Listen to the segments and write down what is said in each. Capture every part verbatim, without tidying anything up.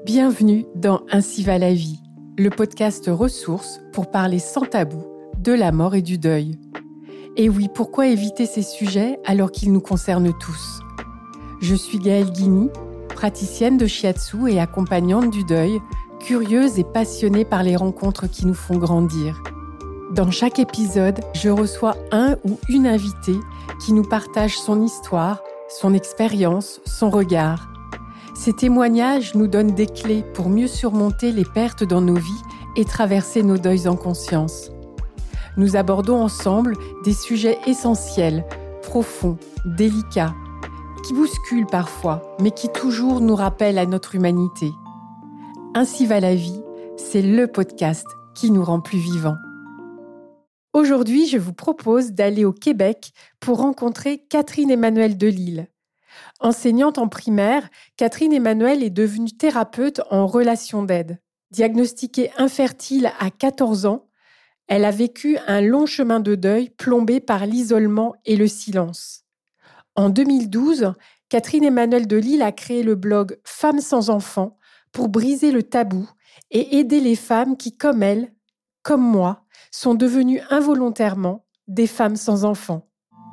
Bienvenue dans Ainsi va la vie, le podcast ressources pour parler sans tabou de la mort et du deuil. Et oui, pourquoi éviter ces sujets alors qu'ils nous concernent tous ? Je suis Gaëlle Guigny, praticienne de shiatsu et accompagnante du deuil, curieuse et passionnée par les rencontres qui nous font grandir. Dans chaque épisode, je reçois un ou une invitée qui nous partage son histoire, son expérience, son regard. Ces témoignages nous donnent des clés pour mieux surmonter les pertes dans nos vies et traverser nos deuils en conscience. Nous abordons ensemble des sujets essentiels, profonds, délicats, qui bousculent parfois, mais qui toujours nous rappellent à notre humanité. Ainsi va la vie, c'est le podcast qui nous rend plus vivants. Aujourd'hui, je vous propose d'aller au Québec pour rencontrer Catherine Emmanuelle Delisle. Enseignante en primaire, Catherine Emmanuelle est devenue thérapeute en relation d'aide. Diagnostiquée infertile à quatorze ans, elle a vécu un long chemin de deuil plombé par l'isolement et le silence. En deux mille douze, Catherine Emmanuelle Delisle a créé le blog Femmes sans enfants pour briser le tabou et aider les femmes qui, comme elle, comme moi, sont devenues involontairement des femmes sans enfants.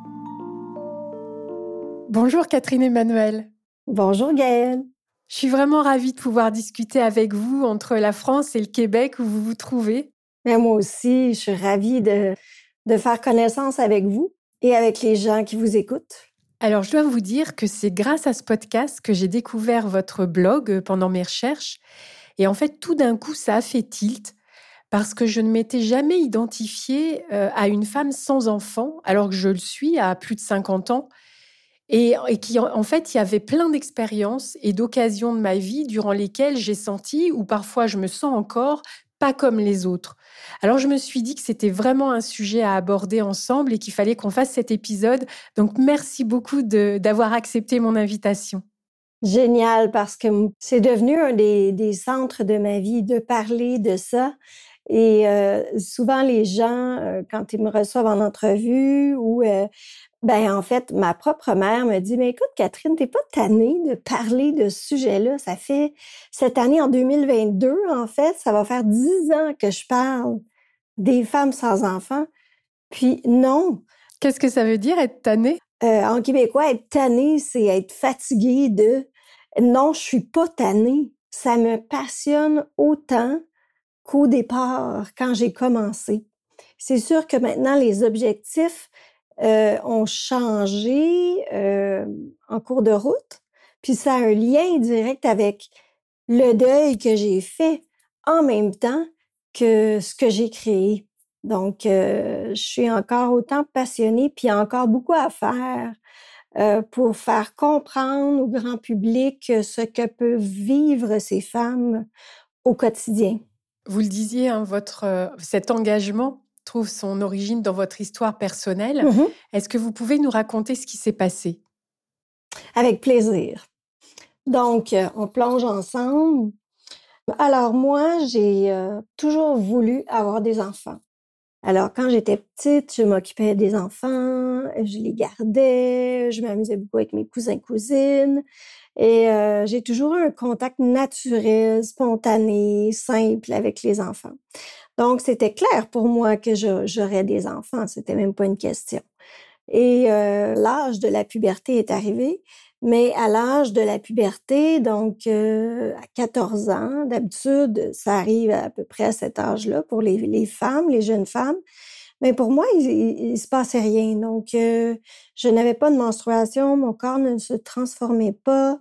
Bonjour Catherine Emmanuelle. Bonjour Gaëlle. Je suis vraiment ravie de pouvoir discuter avec vous entre la France et le Québec où vous vous trouvez. Mais moi aussi, je suis ravie de, de faire connaissance avec vous et avec les gens qui vous écoutent. Alors, je dois vous dire que c'est grâce à ce podcast que j'ai découvert votre blog pendant mes recherches. Et en fait, tout d'un coup, ça a fait tilt parce que je ne m'étais jamais identifiée à une femme sans enfant, alors que je le suis à plus de cinquante ans. Et, et qui, en fait, il y avait plein d'expériences et d'occasions de ma vie durant lesquelles j'ai senti, ou parfois je me sens encore, pas comme les autres. Alors, je me suis dit que c'était vraiment un sujet à aborder ensemble et qu'il fallait qu'on fasse cet épisode. Donc, merci beaucoup de, d'avoir accepté mon invitation. Génial, parce que c'est devenu un des, des centres de ma vie de parler de ça. Et euh, souvent, les gens, euh, quand ils me reçoivent en entrevue ou... Euh, Ben en fait, ma propre mère me dit « Mais écoute, Catherine, t'es pas tannée de parler de ce sujet-là? Ça fait cette année, en deux mille vingt-deux, en fait, ça va faire dix ans que je parle des femmes sans enfants. » Puis non. Qu'est-ce que ça veut dire, être tannée? Euh, en québécois, être tannée, c'est être fatiguée de... Non, je suis pas tannée. Ça me passionne autant qu'au départ, quand j'ai commencé. C'est sûr que maintenant, les objectifs Euh, ont changé euh, en cours de route, puis ça a un lien direct avec le deuil que j'ai fait en même temps que ce que j'ai créé. Donc, euh, je suis encore autant passionnée, puis il y a encore beaucoup à faire euh, pour faire comprendre au grand public ce que peuvent vivre ces femmes au quotidien. Vous le disiez, hein, votre, euh, cet engagement trouve son origine dans votre histoire personnelle. Mm-hmm. Est-ce que vous pouvez nous raconter ce qui s'est passé? Avec plaisir. Donc, on plonge ensemble. Alors moi, j'ai euh, toujours voulu avoir des enfants. Alors, quand j'étais petite, je m'occupais des enfants, je les gardais, je m'amusais beaucoup avec mes cousins, cousines. Et euh, j'ai toujours eu un contact naturel, spontané, simple avec les enfants. Donc, c'était clair pour moi que je, j'aurais des enfants. C'était même pas une question. Et euh, l'âge de la puberté est arrivé. Mais à l'âge de la puberté, donc euh, à quatorze ans, d'habitude, ça arrive à peu près à cet âge-là pour les, les femmes, les jeunes femmes. Mais pour moi, il, il, il se passait rien. Donc, euh, je n'avais pas de menstruation, mon corps ne se transformait pas.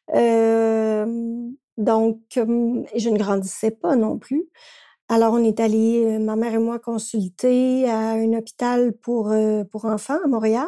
Euh, donc, euh, je ne grandissais pas non plus. Alors, on est allé, ma mère et moi, consulter à un hôpital pour, euh, pour enfants à Montréal.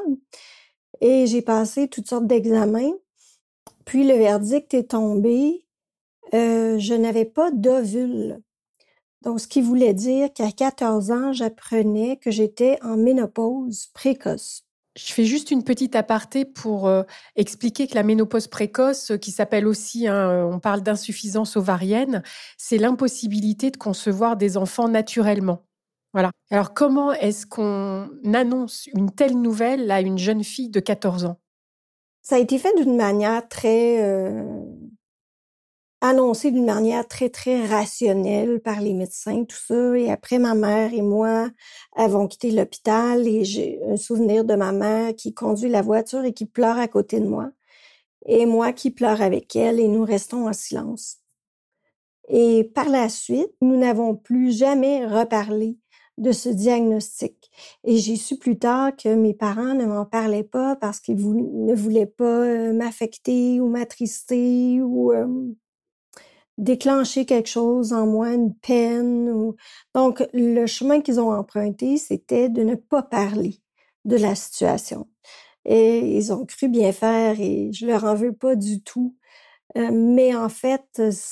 Et j'ai passé toutes sortes d'examens. Puis le verdict est tombé. Euh, je n'avais pas d'ovule. Donc, ce qui voulait dire qu'à quatorze ans, j'apprenais que j'étais en ménopause précoce. Je fais juste une petite aparté pour euh, expliquer que la ménopause précoce, qui s'appelle aussi, hein, on parle d'insuffisance ovarienne, c'est l'impossibilité de concevoir des enfants naturellement. Voilà. Alors, comment est-ce qu'on annonce une telle nouvelle à une jeune fille de quatorze ans? Ça a été fait d'une manière très euh, annoncé d'une manière très, très rationnelle par les médecins, tout ça. Et après, ma mère et moi avons quitté l'hôpital et j'ai un souvenir de ma mère qui conduit la voiture et qui pleure à côté de moi. Et moi qui pleure avec elle et nous restons en silence. Et par la suite, nous n'avons plus jamais reparlé de ce diagnostic. Et j'ai su plus tard que mes parents ne m'en parlaient pas parce qu'ils vou- ne voulaient pas euh, m'affecter ou m'attrister ou euh, déclencher quelque chose en moi, une peine. Ou... Donc, le chemin qu'ils ont emprunté, c'était de ne pas parler de la situation. Et ils ont cru bien faire et je leur en veux pas du tout. Euh, mais en fait,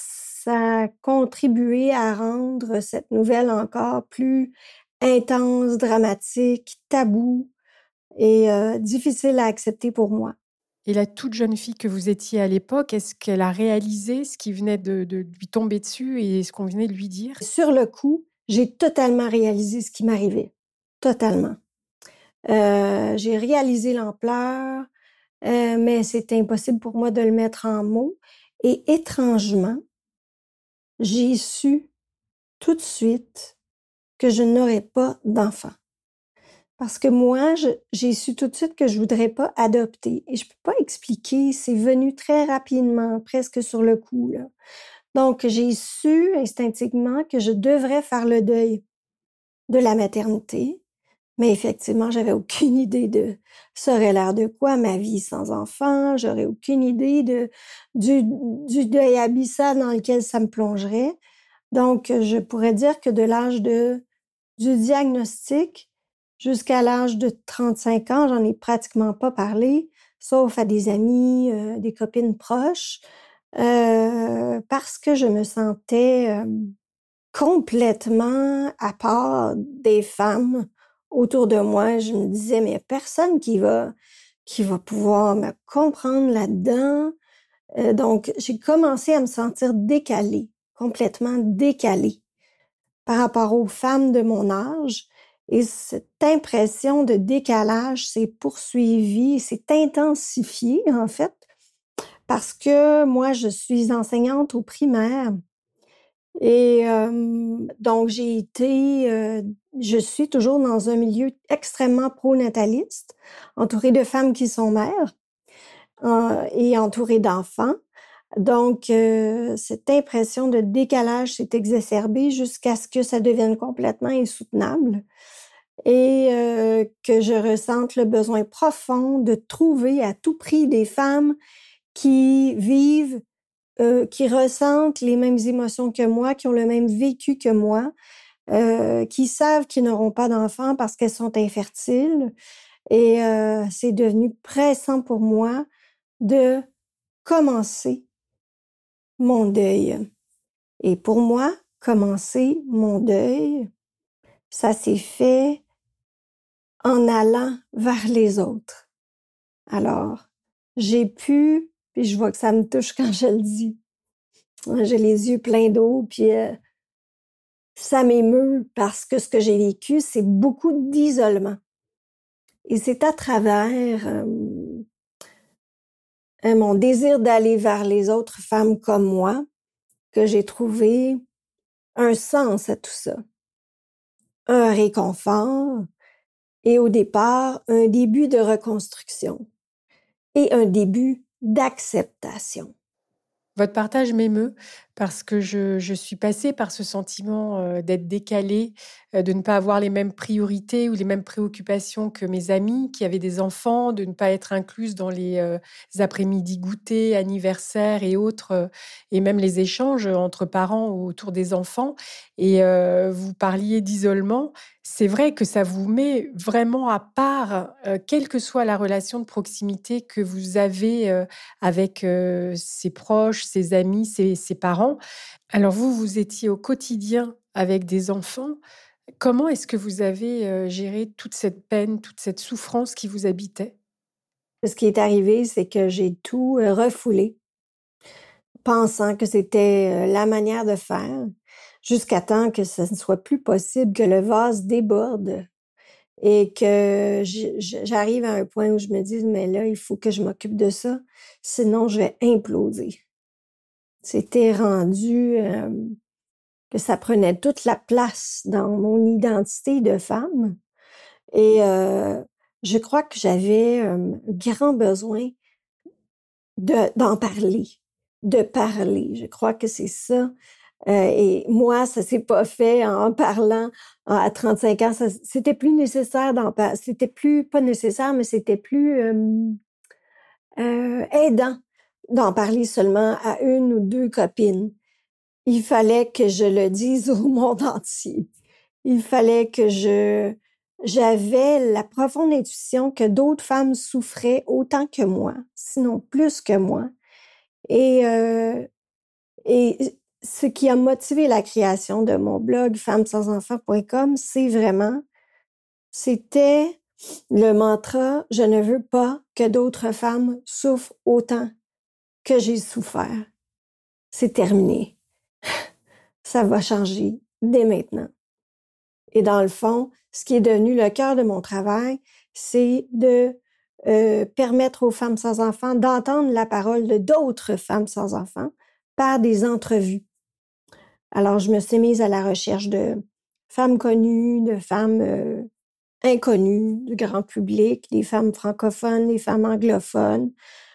ça a contribué à rendre cette nouvelle encore plus intense, dramatique, taboue et euh, difficile à accepter pour moi. Et la toute jeune fille que vous étiez à l'époque, est-ce qu'elle a réalisé ce qui venait de, de lui tomber dessus et ce qu'on venait de lui dire? Sur le coup, j'ai totalement réalisé ce qui m'arrivait. Totalement. Euh, j'ai réalisé l'ampleur, euh, mais c'était impossible pour moi de le mettre en mots. Et étrangement, j'ai su tout de suite que je n'aurais pas d'enfant. Parce que moi, je, j'ai su tout de suite que je voudrais pas adopter. Et je peux pas expliquer, c'est venu très rapidement, presque sur le coup, là. Donc, j'ai su instinctivement que je devrais faire le deuil de la maternité. Mais effectivement, j'avais aucune idée de ça aurait l'air de quoi ma vie sans enfant. J'aurais aucune idée de du, du deuil abyssal dans lequel ça me plongerait. Donc, je pourrais dire que de l'âge de du diagnostic jusqu'à l'âge de trente-cinq ans, j'en ai pratiquement pas parlé, sauf à des amis, euh, des copines proches, euh, parce que je me sentais euh, complètement à part des femmes autour de moi. Je me disais, mais personne qui va, qui va pouvoir me comprendre là-dedans. Euh, donc, j'ai commencé à me sentir décalée, complètement décalée par rapport aux femmes de mon âge. Et cette impression de décalage s'est poursuivie, s'est intensifiée, en fait, parce que moi, je suis enseignante au primaire. Et euh, donc, j'ai été, euh, je suis toujours dans un milieu extrêmement pro-nataliste, entourée de femmes qui sont mères euh, et entourée d'enfants. Donc, euh, cette impression de décalage s'est exacerbée jusqu'à ce que ça devienne complètement insoutenable et euh, que je ressente le besoin profond de trouver à tout prix des femmes qui vivent, euh, qui ressentent les mêmes émotions que moi, qui ont le même vécu que moi, euh, qui savent qu'ils n'auront pas d'enfants parce qu'elles sont infertiles. Et euh, c'est devenu pressant pour moi de commencer mon deuil. Et pour moi, commencer mon deuil, ça s'est fait en allant vers les autres. Alors, j'ai pu, puis je vois que ça me touche quand je le dis, j'ai les yeux pleins d'eau, puis euh, ça m'émeut parce que ce que j'ai vécu, c'est beaucoup d'isolement. Et c'est à travers euh, mon désir d'aller vers les autres femmes comme moi que j'ai trouvé un sens à tout ça, un réconfort et au départ, un début de reconstruction et un début d'acceptation. Votre partage m'émeut parce que je, je suis passée par ce sentiment euh, d'être décalée, euh, de ne pas avoir les mêmes priorités ou les mêmes préoccupations que mes amis qui avaient des enfants, de ne pas être incluse dans les euh, après-midi goûters, anniversaires et autres, euh, et même les échanges entre parents autour des enfants. Et euh, vous parliez d'isolement. C'est vrai que ça vous met vraiment à part, euh, quelle que soit la relation de proximité que vous avez euh, avec euh, ses proches, ses amis, ses, ses parents. Alors vous, vous étiez au quotidien avec des enfants. Comment est-ce que vous avez euh, géré toute cette peine, toute cette souffrance qui vous habitait? Ce qui est arrivé, c'est que j'ai tout euh, refoulé, pensant que c'était euh, la manière de faire, jusqu'à temps que ce ne soit plus possible, que le vase déborde et que j'arrive à un point où je me dis, mais là, il faut que je m'occupe de ça, sinon je vais imploser. C'était rendu euh, que ça prenait toute la place dans mon identité de femme. Et euh, je crois que j'avais un grand besoin de, d'en parler, de parler. Je crois que c'est ça. Euh, et moi, ça s'est pas fait en parlant à trente-cinq ans. Ça, c'était plus nécessaire d'en parler. C'était plus, pas nécessaire, mais c'était plus euh, euh, aidant d'en parler seulement à une ou deux copines. Il fallait que je le dise au monde entier. Il fallait que je... J'avais la profonde intuition que d'autres femmes souffraient autant que moi, sinon plus que moi. Et, euh, et ce qui a motivé la création de mon blog femmes sans enfants point com, c'est vraiment, c'était le mantra « Je ne veux pas que d'autres femmes souffrent autant que j'ai souffert. » C'est terminé. Ça va changer dès maintenant. Et dans le fond, ce qui est devenu le cœur de mon travail, c'est de euh, permettre aux femmes sans enfants d'entendre la parole de d'autres femmes sans enfants par des entrevues. Alors, je me suis mise à la recherche de femmes connues, de femmes euh, inconnues, du grand public, des femmes francophones, des femmes anglophones,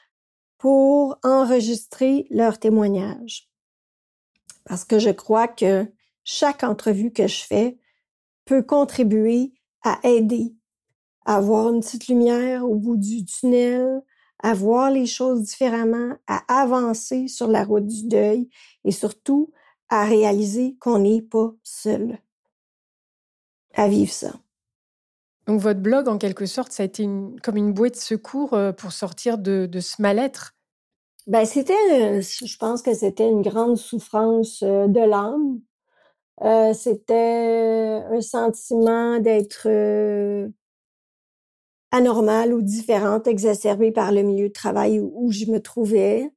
pour enregistrer leurs témoignages. Parce que je crois que chaque entrevue que je fais peut contribuer à aider, à voir une petite lumière au bout du tunnel, à voir les choses différemment, à avancer sur la route du deuil et surtout à réaliser qu'on n'est pas seul à vivre ça. Donc votre blog, en quelque sorte, ça a été une, comme une bouée de secours pour sortir de, de ce mal-être? Ben c'était, je pense que c'était une grande souffrance de l'âme. Euh, c'était un sentiment d'être euh, anormale ou différente, exacerbée par le milieu de travail où, où je me trouvais.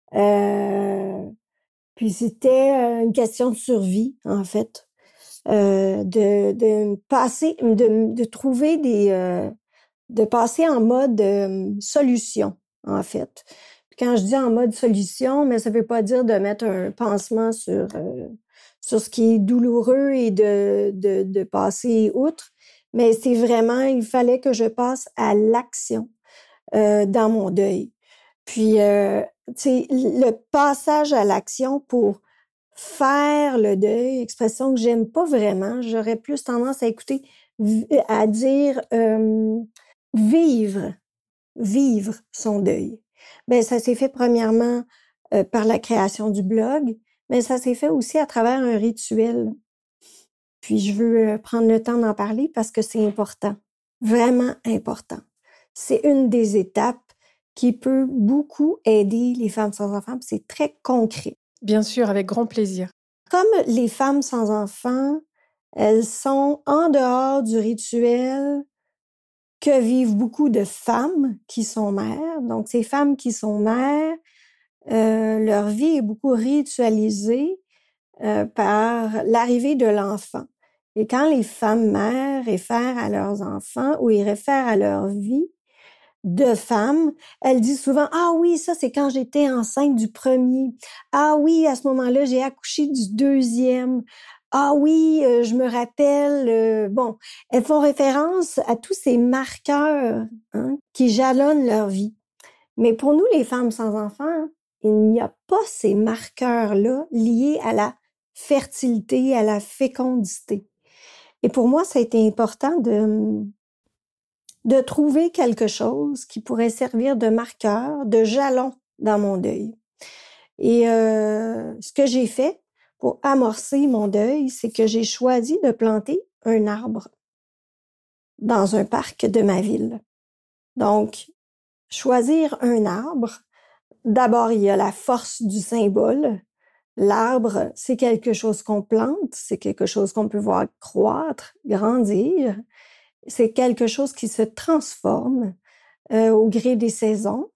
Euh, puis c'était une question de survie, en fait, euh, de, de passer, de, de trouver des, euh, de passer en mode euh, solution, en fait. Puis quand je dis en mode solution, mais ça veut pas dire de mettre un pansement sur euh, sur ce qui est douloureux et de de, de passer outre, mais c'est vraiment, il fallait que je passe à l'action euh, dans mon deuil. Puis, euh, tu sais, le passage à l'action pour faire le deuil, expression que j'aime pas vraiment, j'aurais plus tendance à écouter, à dire euh, vivre, vivre son deuil. Ben ça s'est fait premièrement euh, par la création du blog, mais ça s'est fait aussi à travers un rituel. Puis je veux euh, prendre le temps d'en parler parce que c'est important, vraiment important. C'est une des étapes qui peut beaucoup aider les femmes sans enfants, puis c'est très concret. Bien sûr, avec grand plaisir. Comme les femmes sans enfants, elles sont en dehors du rituel que vivent beaucoup de femmes qui sont mères. Donc, ces femmes qui sont mères, euh, leur vie est beaucoup ritualisée euh, par l'arrivée de l'enfant. Et quand les femmes mères réfèrent à leurs enfants ou ils réfèrent à leur vie de femmes, elles disent souvent « Ah oui, ça c'est quand j'étais enceinte du premier. Ah oui, à ce moment-là, j'ai accouché du deuxième. Ah oui, euh, je me rappelle. Euh, » Bon, elles font référence à tous ces marqueurs hein, qui jalonnent leur vie. Mais pour nous, les femmes sans enfants, il n'y a pas ces marqueurs-là liés à la fertilité, à la fécondité. Et pour moi, ça a été important de, de trouver quelque chose qui pourrait servir de marqueur, de jalon dans mon deuil. Et euh, ce que j'ai fait pour amorcer mon deuil, c'est que j'ai choisi de planter un arbre dans un parc de ma ville. Donc, choisir un arbre, d'abord, il y a la force du symbole. L'arbre, c'est quelque chose qu'on plante, c'est quelque chose qu'on peut voir croître, grandir. C'est quelque chose qui se transforme euh, au gré des saisons.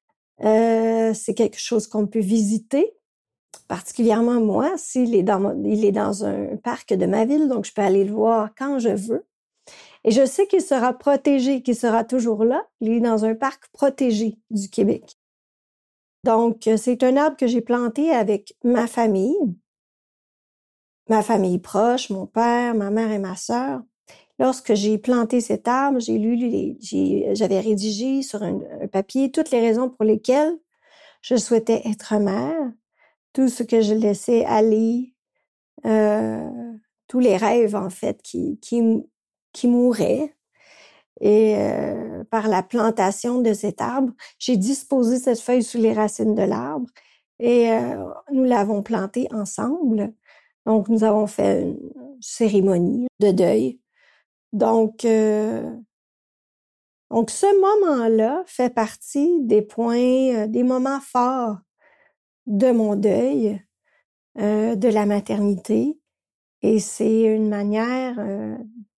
Euh, c'est quelque chose qu'on peut visiter. Particulièrement moi, s'il est dans, il est dans un parc de ma ville, donc je peux aller le voir quand je veux. Et je sais qu'il sera protégé, qu'il sera toujours là. Il est dans un parc protégé du Québec. Donc, c'est un arbre que j'ai planté avec ma famille, ma famille proche, mon père, ma mère et ma sœur. Lorsque j'ai planté cet arbre, j'ai lu, les, j'ai, j'avais rédigé sur un, un papier toutes les raisons pour lesquelles je souhaitais être mère, tout ce que je laissais aller, euh, tous les rêves, en fait, qui, qui, qui mouraient. Et euh, par la plantation de cet arbre, j'ai disposé cette feuille sous les racines de l'arbre et euh, nous l'avons planté ensemble. Donc, nous avons fait une cérémonie de deuil. Donc, euh, donc ce moment-là fait partie des points, euh, des moments forts de mon deuil, euh, de la maternité. Et c'est une manière euh,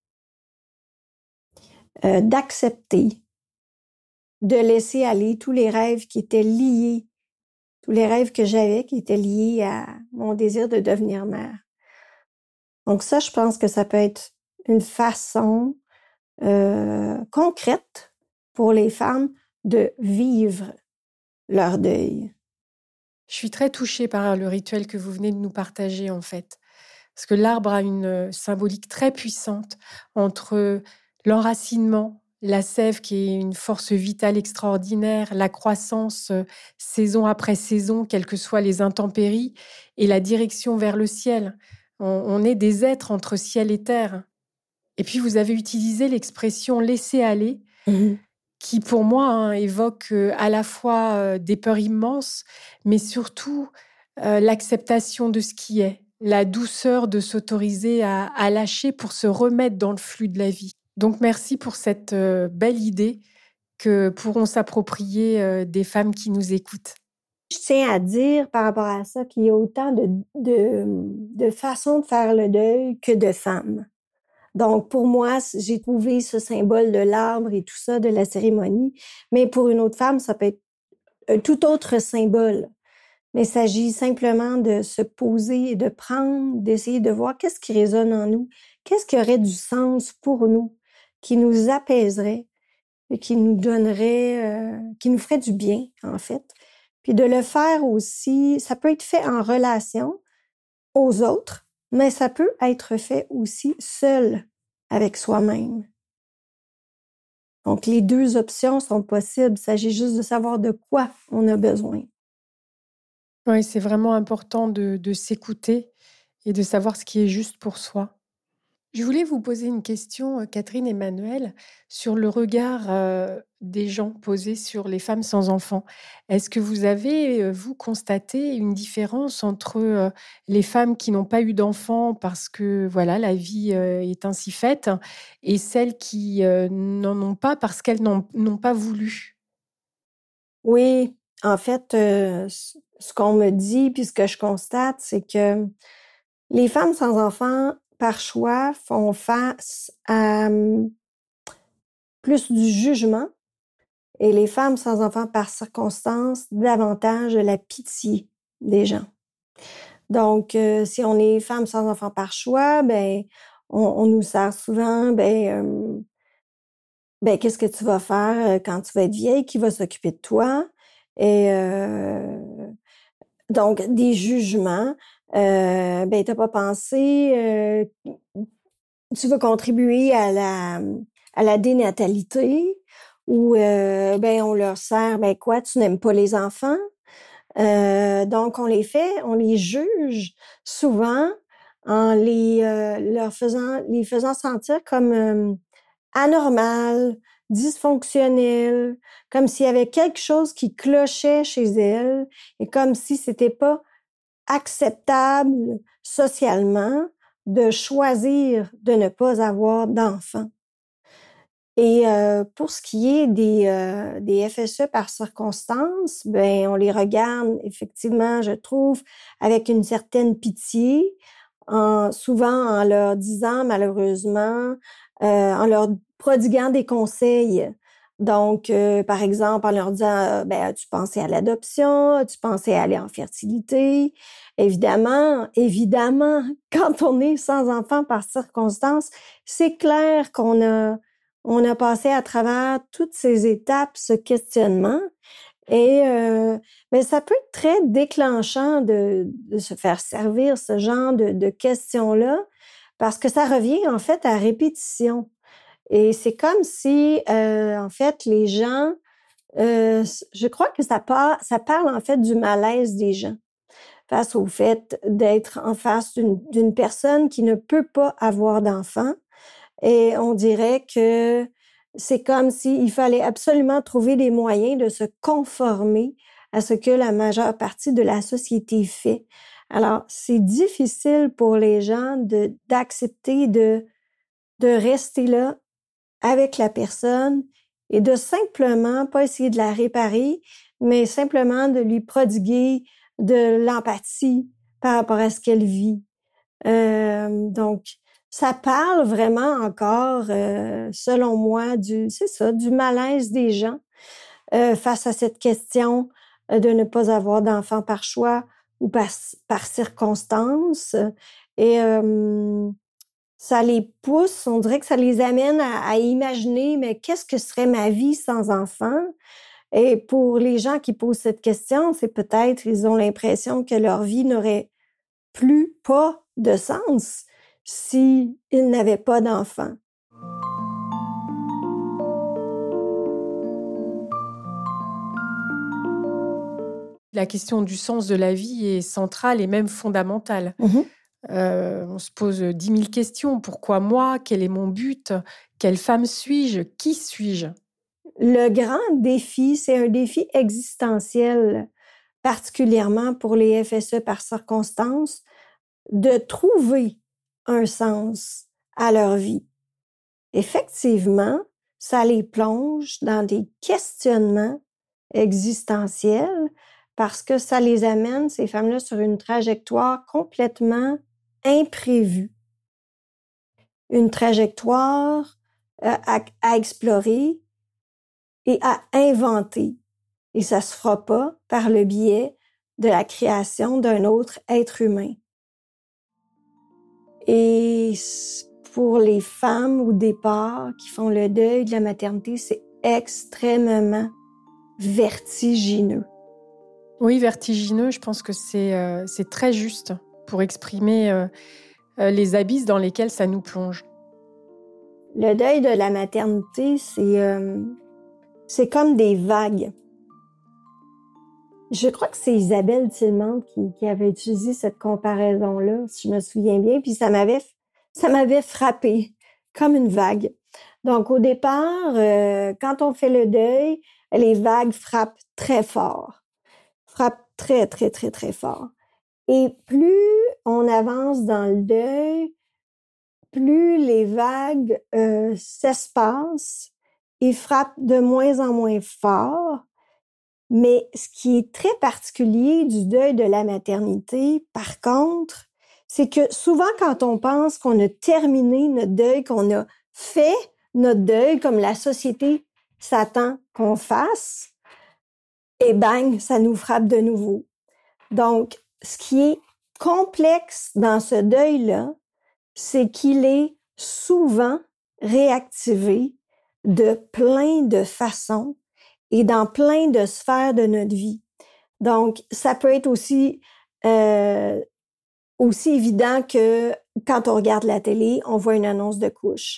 euh, d'accepter, de laisser aller tous les rêves qui étaient liés, tous les rêves que j'avais qui étaient liés à mon désir de devenir mère. Donc ça, je pense que ça peut être une façon euh, concrète pour les femmes de vivre leur deuil. Je suis très touchée par le rituel que vous venez de nous partager, en fait. Parce que l'arbre a une symbolique très puissante entre l'enracinement, la sève qui est une force vitale extraordinaire, la croissance euh, saison après saison, quelles que soient les intempéries, et la direction vers le ciel. On, on est des êtres entre ciel et terre. Et puis vous avez utilisé l'expression laisser aller, Mmh. qui pour moi hein, évoque euh, à la fois euh, des peurs immenses, mais surtout euh, l'acceptation de ce qui est, la douceur de s'autoriser à, à lâcher pour se remettre dans le flux de la vie. Donc merci pour cette euh, belle idée que pourront s'approprier euh, des femmes qui nous écoutent. Je tiens à dire par rapport à ça qu'il y a autant de, de, de façons de faire le deuil que de femmes. Donc, pour moi, j'ai trouvé ce symbole de l'arbre et tout ça, de la cérémonie. Mais pour une autre femme, ça peut être un tout autre symbole. Mais il s'agit simplement de se poser et de prendre, d'essayer de voir qu'est-ce qui résonne en nous, qu'est-ce qui aurait du sens pour nous, qui nous apaiserait et qui nous donnerait, euh, qui nous ferait du bien, en fait. Puis de le faire aussi, ça peut être fait en relation aux autres, mais ça peut être fait aussi seul avec soi-même. Donc, les deux options sont possibles. Il s'agit juste de savoir de quoi on a besoin. Oui, c'est vraiment important de, de s'écouter et de savoir ce qui est juste pour soi. Je voulais vous poser une question, euh, Catherine et Manuel, sur le regard euh, des gens posés sur les femmes sans enfants. Est-ce que vous avez, euh, vous, constaté une différence entre euh, les femmes qui n'ont pas eu d'enfants parce que voilà, la vie euh, est ainsi faite et celles qui euh, n'en ont pas parce qu'elles n'en- n'ont pas voulu? Oui, en fait, euh, c- ce qu'on me dit, puis ce que je constate, c'est que les femmes sans enfants, par choix, font face à hum, plus du jugement et les femmes sans enfants, par circonstance, davantage de la pitié des gens. Donc, euh, si on est femme sans enfants par choix, ben, on, on nous sert souvent, ben, euh, ben, qu'est-ce que tu vas faire euh, quand tu vas être vieille? Qui va s'occuper de toi? Et euh, donc, des jugements. Euh, ben, t'as pas pensé, euh, tu veux contribuer à la, à la dénatalité ou euh, ben, on leur sert, ben quoi, tu n'aimes pas les enfants? Euh, donc, on les fait, on les juge souvent en les euh, leur faisant, les faisant sentir comme euh, anormales, dysfonctionnelles, comme s'il y avait quelque chose qui clochait chez elles et comme si c'était pas acceptable socialement de choisir de ne pas avoir d'enfants. Et euh, pour ce qui est des, euh, des F S E par circonstance, ben on les regarde effectivement, je trouve, avec une certaine pitié, en, souvent en leur disant malheureusement, euh, en leur prodiguant des conseils. Donc, euh, par exemple, en leur disant, euh, ben, as-tu pensé à l'adoption? As-tu pensé à aller en fertilité? Évidemment, évidemment, quand on est sans enfant par circonstance, c'est clair qu'on a on a passé à travers toutes ces étapes, ce questionnement, Et euh, mais ça peut être très déclenchant de, de se faire servir ce genre de, de questions-là parce que ça revient en fait à répétition. Et c'est comme si, euh, en fait, les gens, euh, je crois que ça, par, ça parle en fait du malaise des gens face au fait d'être en face d'une, d'une personne qui ne peut pas avoir d'enfant. Et on dirait que c'est comme s'il fallait absolument trouver des moyens de se conformer à ce que la majeure partie de la société fait. Alors, c'est difficile pour les gens de, d'accepter de, de rester là avec la personne et de simplement, pas essayer de la réparer, mais simplement de lui prodiguer de l'empathie par rapport à ce qu'elle vit. Euh, donc, ça parle vraiment encore, euh, selon moi, du, c'est ça, du malaise des gens euh, face à cette question euh, de ne pas avoir d'enfant par choix ou par, par circonstance. Et euh, ça les pousse, on dirait que ça les amène à, à imaginer, mais qu'est-ce que serait ma vie sans enfant? Et pour les gens qui posent cette question, c'est peut-être, ils ont l'impression que leur vie n'aurait plus pas de sens s'ils n'avaient pas d'enfants. La question du sens de la vie est centrale et même fondamentale. Mm-hmm. Euh, on se pose dix mille questions. Pourquoi moi? Quel est mon but? Quelle femme suis-je? Qui suis-je? Le grand défi, c'est un défi existentiel, particulièrement pour les F S E par circonstance, de trouver un sens à leur vie. Effectivement, ça les plonge dans des questionnements existentiels parce que ça les amène, ces femmes-là, sur une trajectoire complètement imprévue. Une trajectoire euh, à, à explorer et à inventer. Et ça se fera pas par le biais de la création d'un autre être humain. Et pour les femmes au départ qui font le deuil de la maternité, c'est extrêmement vertigineux. Oui, vertigineux, je pense que c'est, euh, c'est très juste pour exprimer euh, euh, les abysses dans lesquels ça nous plonge. Le deuil de la maternité, c'est, euh, c'est comme des vagues. Je crois que c'est Isabelle Tillman qui, qui avait utilisé cette comparaison-là, si je me souviens bien, puis ça m'avait, ça m'avait frappée comme une vague. Donc, au départ, euh, quand on fait le deuil, les vagues frappent très fort, frappent très, très, très, très fort. Et plus on avance dans le deuil, plus les vagues euh, s'espacent et frappent de moins en moins fort. Mais ce qui est très particulier du deuil de la maternité, par contre, c'est que souvent quand on pense qu'on a terminé notre deuil, qu'on a fait notre deuil comme la société s'attend qu'on fasse, et bang, ça nous frappe de nouveau. Donc, ce qui est complexe dans ce deuil-là, c'est qu'il est souvent réactivé de plein de façons et dans plein de sphères de notre vie. Donc, ça peut être aussi, euh, aussi évident que quand on regarde la télé, on voit une annonce de couche.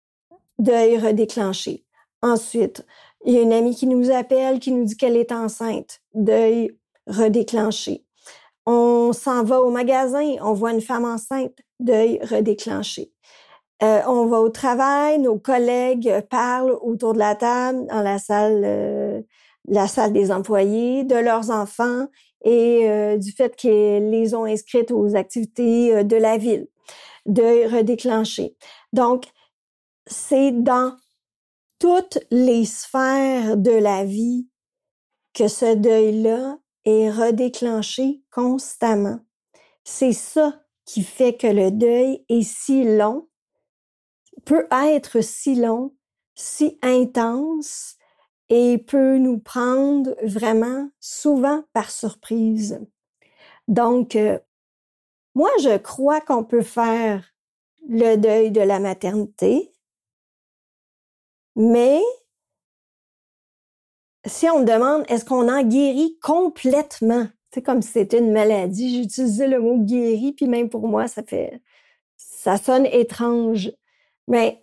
Deuil redéclenché. Ensuite, il y a une amie qui nous appelle, qui nous dit qu'elle est enceinte. Deuil redéclenché. On s'en va au magasin, on voit une femme enceinte. Deuil redéclenché. Euh, on va au travail, nos collègues parlent autour de la table, dans la salle, euh, la salle des employés, de leurs enfants et euh, du fait qu'ils les ont inscrites aux activités euh, de la ville. Deuil redéclenché. Donc, c'est dans toutes les sphères de la vie que ce deuil-là est redéclenché constamment. C'est ça qui fait que le deuil est si long, peut être si long, si intense et peut nous prendre vraiment souvent par surprise. Donc, euh, moi, je crois qu'on peut faire le deuil de la maternité, mais si on me demande, est-ce qu'on en guérit complètement? C'est comme si c'était une maladie. J'ai utilisé le mot guéri, puis même pour moi, ça fait, ça sonne étrange. Mais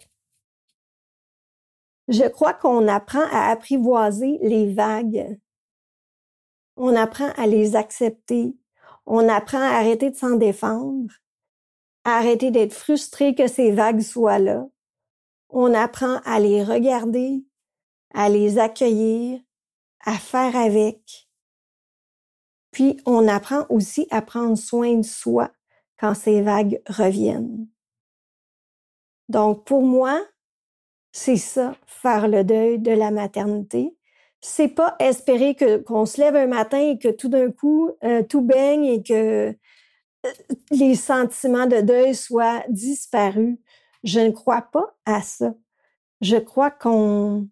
je crois qu'on apprend à apprivoiser les vagues. On apprend à les accepter. On apprend à arrêter de s'en défendre, à arrêter d'être frustré que ces vagues soient là. On apprend à les regarder, à les accueillir, à faire avec. Puis, on apprend aussi à prendre soin de soi quand ces vagues reviennent. Donc, pour moi, c'est ça, faire le deuil de la maternité. C'est pas espérer que, qu'on se lève un matin et que tout d'un coup, euh, tout baigne et que euh, les sentiments de deuil soient disparus. Je ne crois pas à ça. Je crois qu'on,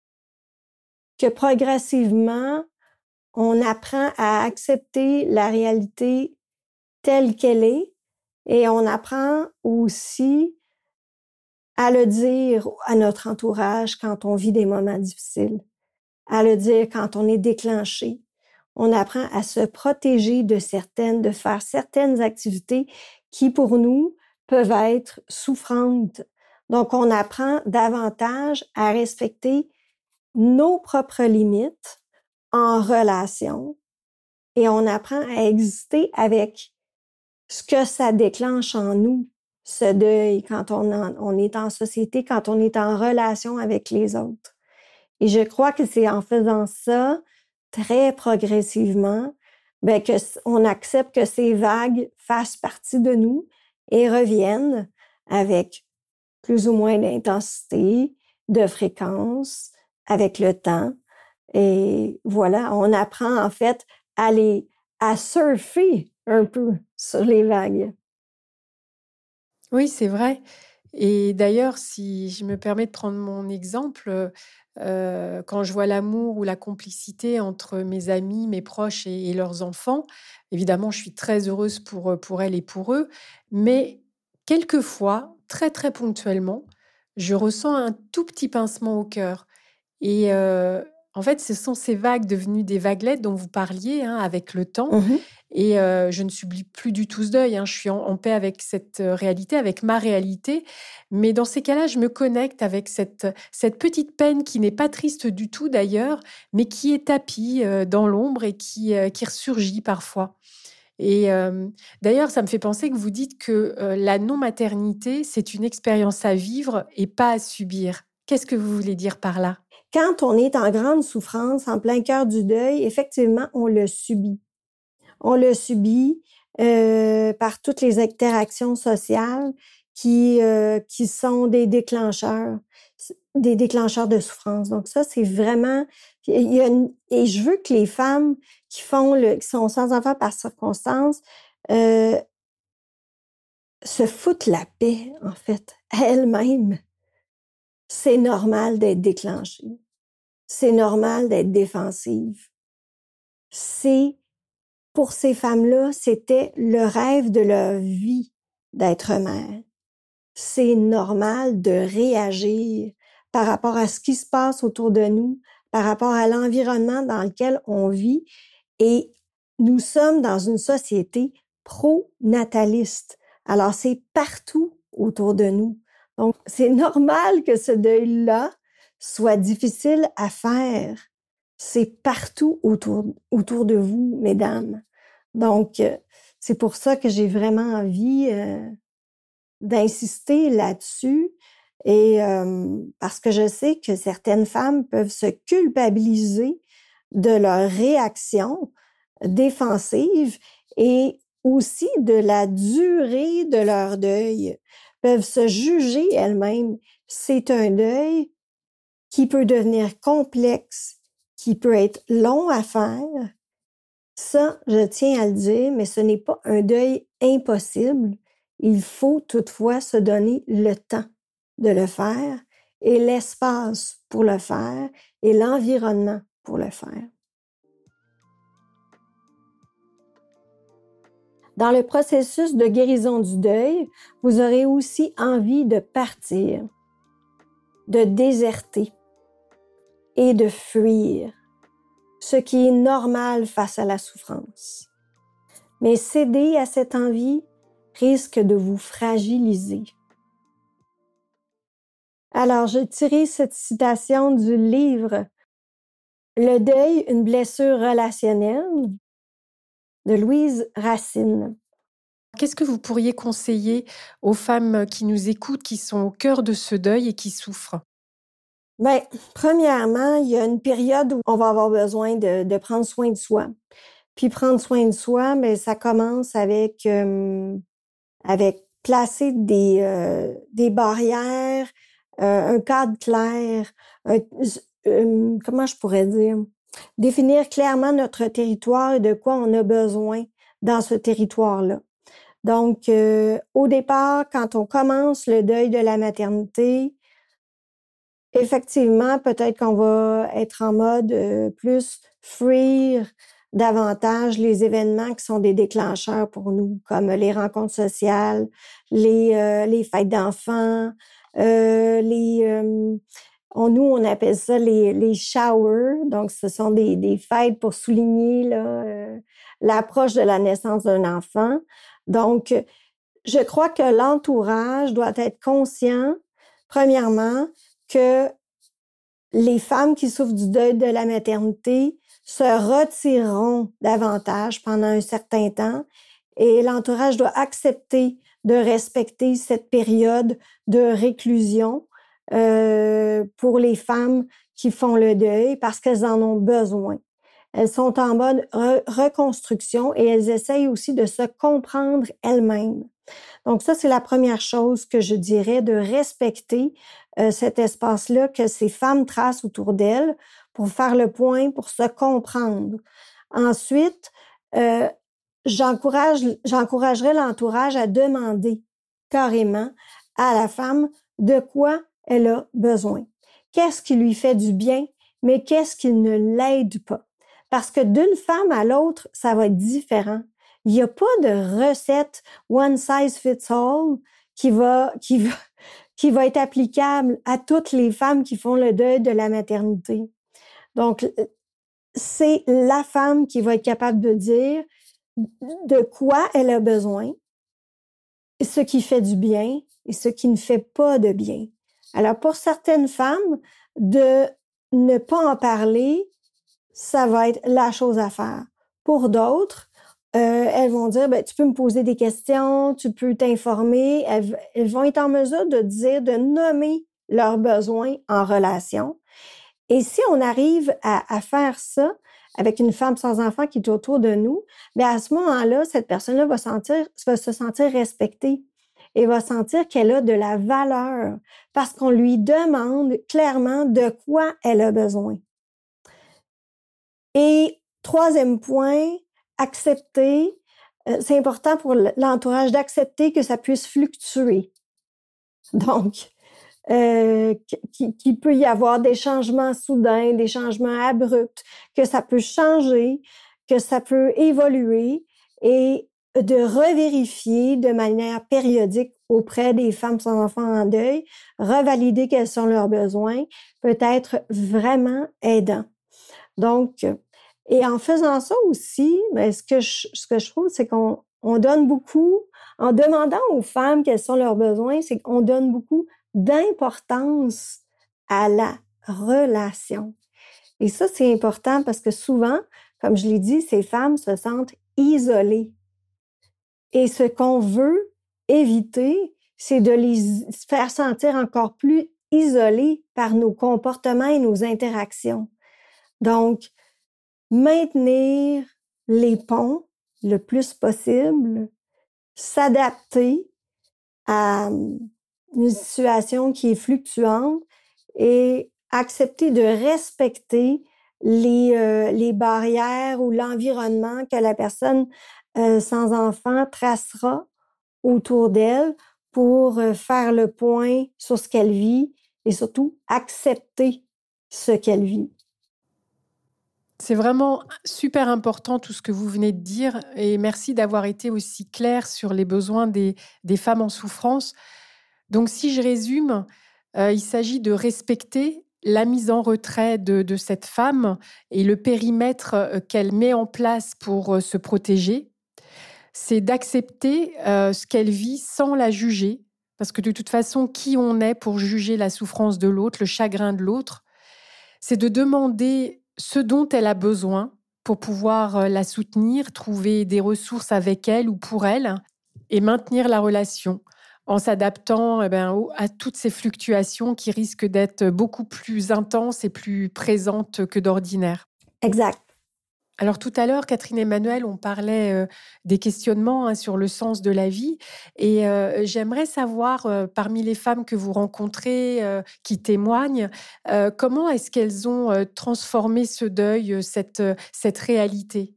que progressivement, on apprend à accepter la réalité telle qu'elle est et on apprend aussi à le dire à notre entourage quand on vit des moments difficiles, à le dire quand on est déclenché. On apprend à se protéger de certaines, de faire certaines activités qui, pour nous, peuvent être souffrantes. Donc, on apprend davantage à respecter nos propres limites en relation et on apprend à exister avec ce que ça déclenche en nous, ce deuil, quand on, en, on est en société, quand on est en relation avec les autres. Et je crois que c'est en faisant ça, très progressivement, ben que on accepte que ces vagues fassent partie de nous et reviennent avec plus ou moins d'intensité, de fréquence, avec le temps. Et voilà, on apprend en fait à les, à surfer un peu sur les vagues. Oui, c'est vrai. Et d'ailleurs, si je me permets de prendre mon exemple, euh, quand je vois l'amour ou la complicité entre mes amis, mes proches et, et leurs enfants, évidemment, je suis très heureuse pour, pour elles et pour eux. Mais quelquefois, très très ponctuellement, je ressens un tout petit pincement au cœur. Et euh, en fait, ce sont ces vagues devenues des vaguelettes dont vous parliez hein, avec le temps. Mm-hmm. Et euh, je ne subis plus du tout ce deuil. Hein. Je suis en, en paix avec cette euh, réalité, avec ma réalité. Mais dans ces cas-là, je me connecte avec cette, cette petite peine qui n'est pas triste du tout d'ailleurs, mais qui est tapie euh, dans l'ombre et qui, euh, qui ressurgit parfois. Et euh, d'ailleurs, ça me fait penser que vous dites que euh, la non-maternité, c'est une expérience à vivre et pas à subir. Qu'est-ce que vous voulez dire par là? Quand on est en grande souffrance, en plein cœur du deuil, effectivement, on le subit. On le subit euh, par toutes les interactions sociales qui, euh, qui sont des déclencheurs, des déclencheurs de souffrance. Donc ça, c'est vraiment... Il y a une, et je veux que les femmes qui font le, qui sont sans enfants par circonstance euh, se foutent la paix, en fait, à elles-mêmes. C'est normal d'être déclenchée. C'est normal d'être défensive. C'est, pour ces femmes-là, c'était le rêve de leur vie d'être mère. C'est normal de réagir par rapport à ce qui se passe autour de nous, par rapport à l'environnement dans lequel on vit. Et nous sommes dans une société pro-nataliste. Alors, c'est partout autour de nous. Donc, c'est normal que ce deuil-là soit difficile à faire. C'est partout autour, autour de vous, mesdames. Donc, c'est pour ça que j'ai vraiment envie euh, d'insister là-dessus. Et euh, parce que je sais que certaines femmes peuvent se culpabiliser de leur réaction défensive et aussi de la durée de leur deuil, peuvent se juger elles-mêmes. C'est un deuil qui peut devenir complexe, qui peut être long à faire. Ça, je tiens à le dire, mais ce n'est pas un deuil impossible. Il faut toutefois se donner le temps de le faire et l'espace pour le faire et l'environnement pour le faire. Dans le processus de guérison du deuil, vous aurez aussi envie de partir, de déserter et de fuir. ce qui est normal face à la souffrance. Mais céder à cette envie risque de vous fragiliser. Alors, j'ai tiré cette citation du livre « Le deuil, une blessure relationnelle » de Louise Racine. Qu'est-ce que vous pourriez conseiller aux femmes qui nous écoutent, qui sont au cœur de ce deuil et qui souffrent? Bien, premièrement, il y a une période où on va avoir besoin de, de prendre soin de soi. Puis prendre soin de soi, bien, ça commence avec, euh, avec placer des, euh, des barrières, euh, un cadre clair, un, euh, comment je pourrais dire? Définir clairement notre territoire et de quoi on a besoin dans ce territoire-là. Donc, euh, au départ, quand on commence le deuil de la maternité, effectivement, peut-être qu'on va être en mode euh, plus fuir davantage les événements qui sont des déclencheurs pour nous, comme les rencontres sociales, les, euh, les fêtes d'enfants, euh, les... Euh, on, nous, on appelle ça les, les showers. Donc, ce sont des, des fêtes pour souligner là, euh, l'approche de la naissance d'un enfant. Donc, je crois que l'entourage doit être conscient, premièrement, que les femmes qui souffrent du deuil de la maternité se retireront davantage pendant un certain temps et l'entourage doit accepter de respecter cette période de réclusion euh, pour les femmes qui font le deuil parce qu'elles en ont besoin. Elles sont en mode re- reconstruction et elles essayent aussi de se comprendre elles-mêmes. Donc ça, c'est la première chose que je dirais, de respecter euh, cet espace-là que ces femmes tracent autour d'elles pour faire le point, pour se comprendre. Ensuite, euh, j'encourage, j'encouragerais l'entourage à demander carrément à la femme de quoi elle a besoin. Qu'est-ce qui lui fait du bien, mais qu'est-ce qui ne l'aide pas? Parce que d'une femme à l'autre, ça va être différent. Il n'y a pas de recette one size fits all qui va, qui va, qui va être applicable à toutes les femmes qui font le deuil de la maternité. Donc, c'est la femme qui va être capable de dire de quoi elle a besoin, ce qui fait du bien et ce qui ne fait pas de bien. Alors, pour certaines femmes, de ne pas en parler, ça va être la chose à faire. Pour d'autres, euh, elles vont dire, ben, tu peux me poser des questions, tu peux t'informer. Elles, elles vont être en mesure de dire, de nommer leurs besoins en relation. Et si on arrive à, à faire ça avec une femme sans enfant qui est autour de nous, bien à ce moment-là, cette personne-là va, sentir, va se sentir respectée et va sentir qu'elle a de la valeur parce qu'on lui demande clairement de quoi elle a besoin. Et troisième point, accepter. Euh, c'est important pour l'entourage d'accepter que ça puisse fluctuer. Donc, euh, qu'il qui peut y avoir des changements soudains, des changements abrupts, que ça peut changer, que ça peut évoluer et de revérifier de manière périodique auprès des femmes sans enfants en deuil, revalider quels sont leurs besoins, peut être vraiment aidant. Donc, et en faisant ça aussi, ben, ce que je, ce que je trouve, c'est qu'on on donne beaucoup, en demandant aux femmes quels sont leurs besoins, c'est qu'on donne beaucoup d'importance à la relation. Et ça, c'est important parce que souvent, comme je l'ai dit, ces femmes se sentent isolées. Et ce qu'on veut éviter, c'est de les faire sentir encore plus isolées par nos comportements et nos interactions. Donc, maintenir les ponts le plus possible, s'adapter à une situation qui est fluctuante et accepter de respecter les, euh, les barrières ou l'environnement que la personne euh, sans enfant tracera autour d'elle pour euh, faire le point sur ce qu'elle vit et surtout accepter ce qu'elle vit. C'est vraiment super important tout ce que vous venez de dire et merci d'avoir été aussi clair sur les besoins des, des femmes en souffrance. Donc si je résume, euh, il s'agit de respecter la mise en retrait de, de cette femme et le périmètre qu'elle met en place pour se protéger, c'est d'accepter euh, ce qu'elle vit sans la juger. Parce que de toute façon, qui on est pour juger la souffrance de l'autre, le chagrin de l'autre? C'est de demander ce dont elle a besoin pour pouvoir la soutenir, trouver des ressources avec elle ou pour elle et maintenir la relation en s'adaptant eh ben, à toutes ces fluctuations qui risquent d'être beaucoup plus intenses et plus présentes que d'ordinaire. Exact. Alors tout à l'heure, Catherine Emmanuel, on parlait euh, des questionnements hein, sur le sens de la vie et euh, j'aimerais savoir, euh, parmi les femmes que vous rencontrez, euh, qui témoignent, euh, comment est-ce qu'elles ont euh, transformé ce deuil, cette, cette réalité?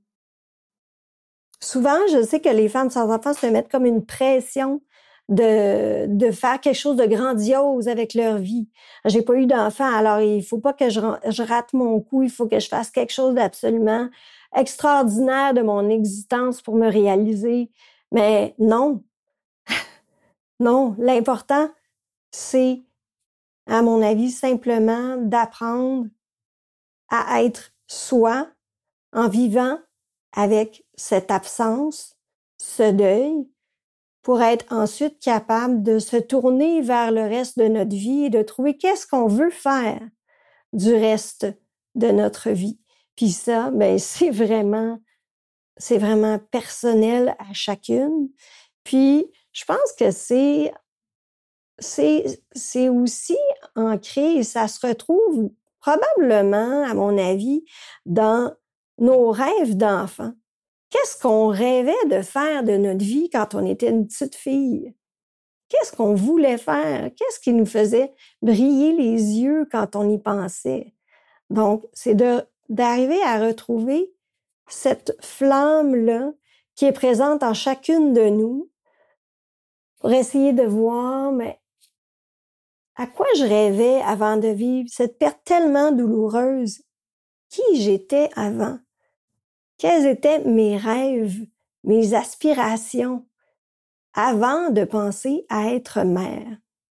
Souvent, je sais que les femmes sans enfants se mettent comme une pression de, de faire quelque chose de grandiose avec leur vie. J'ai pas eu d'enfant, alors il faut pas que je, je rate mon coup, il faut que je fasse quelque chose d'absolument extraordinaire de mon existence pour me réaliser. Mais non, non, l'important, c'est, à mon avis, simplement d'apprendre à être soi en vivant avec cette absence, ce deuil, pour être ensuite capable de se tourner vers le reste de notre vie et de trouver qu'est-ce qu'on veut faire du reste de notre vie. Puis ça, ben c'est vraiment, c'est vraiment personnel à chacune. Puis je pense que c'est, c'est, c'est aussi ancré et ça se retrouve probablement, à mon avis, dans nos rêves d'enfants. Qu'est-ce qu'on rêvait de faire de notre vie quand on était une petite fille? Qu'est-ce qu'on voulait faire? Qu'est-ce qui nous faisait briller les yeux quand on y pensait? Donc, c'est de, d'arriver à retrouver cette flamme-là qui est présente en chacune de nous pour essayer de voir, mais à quoi je rêvais avant de vivre cette perte tellement douloureuse? Qui j'étais avant? Quels étaient mes rêves, mes aspirations avant de penser à être mère?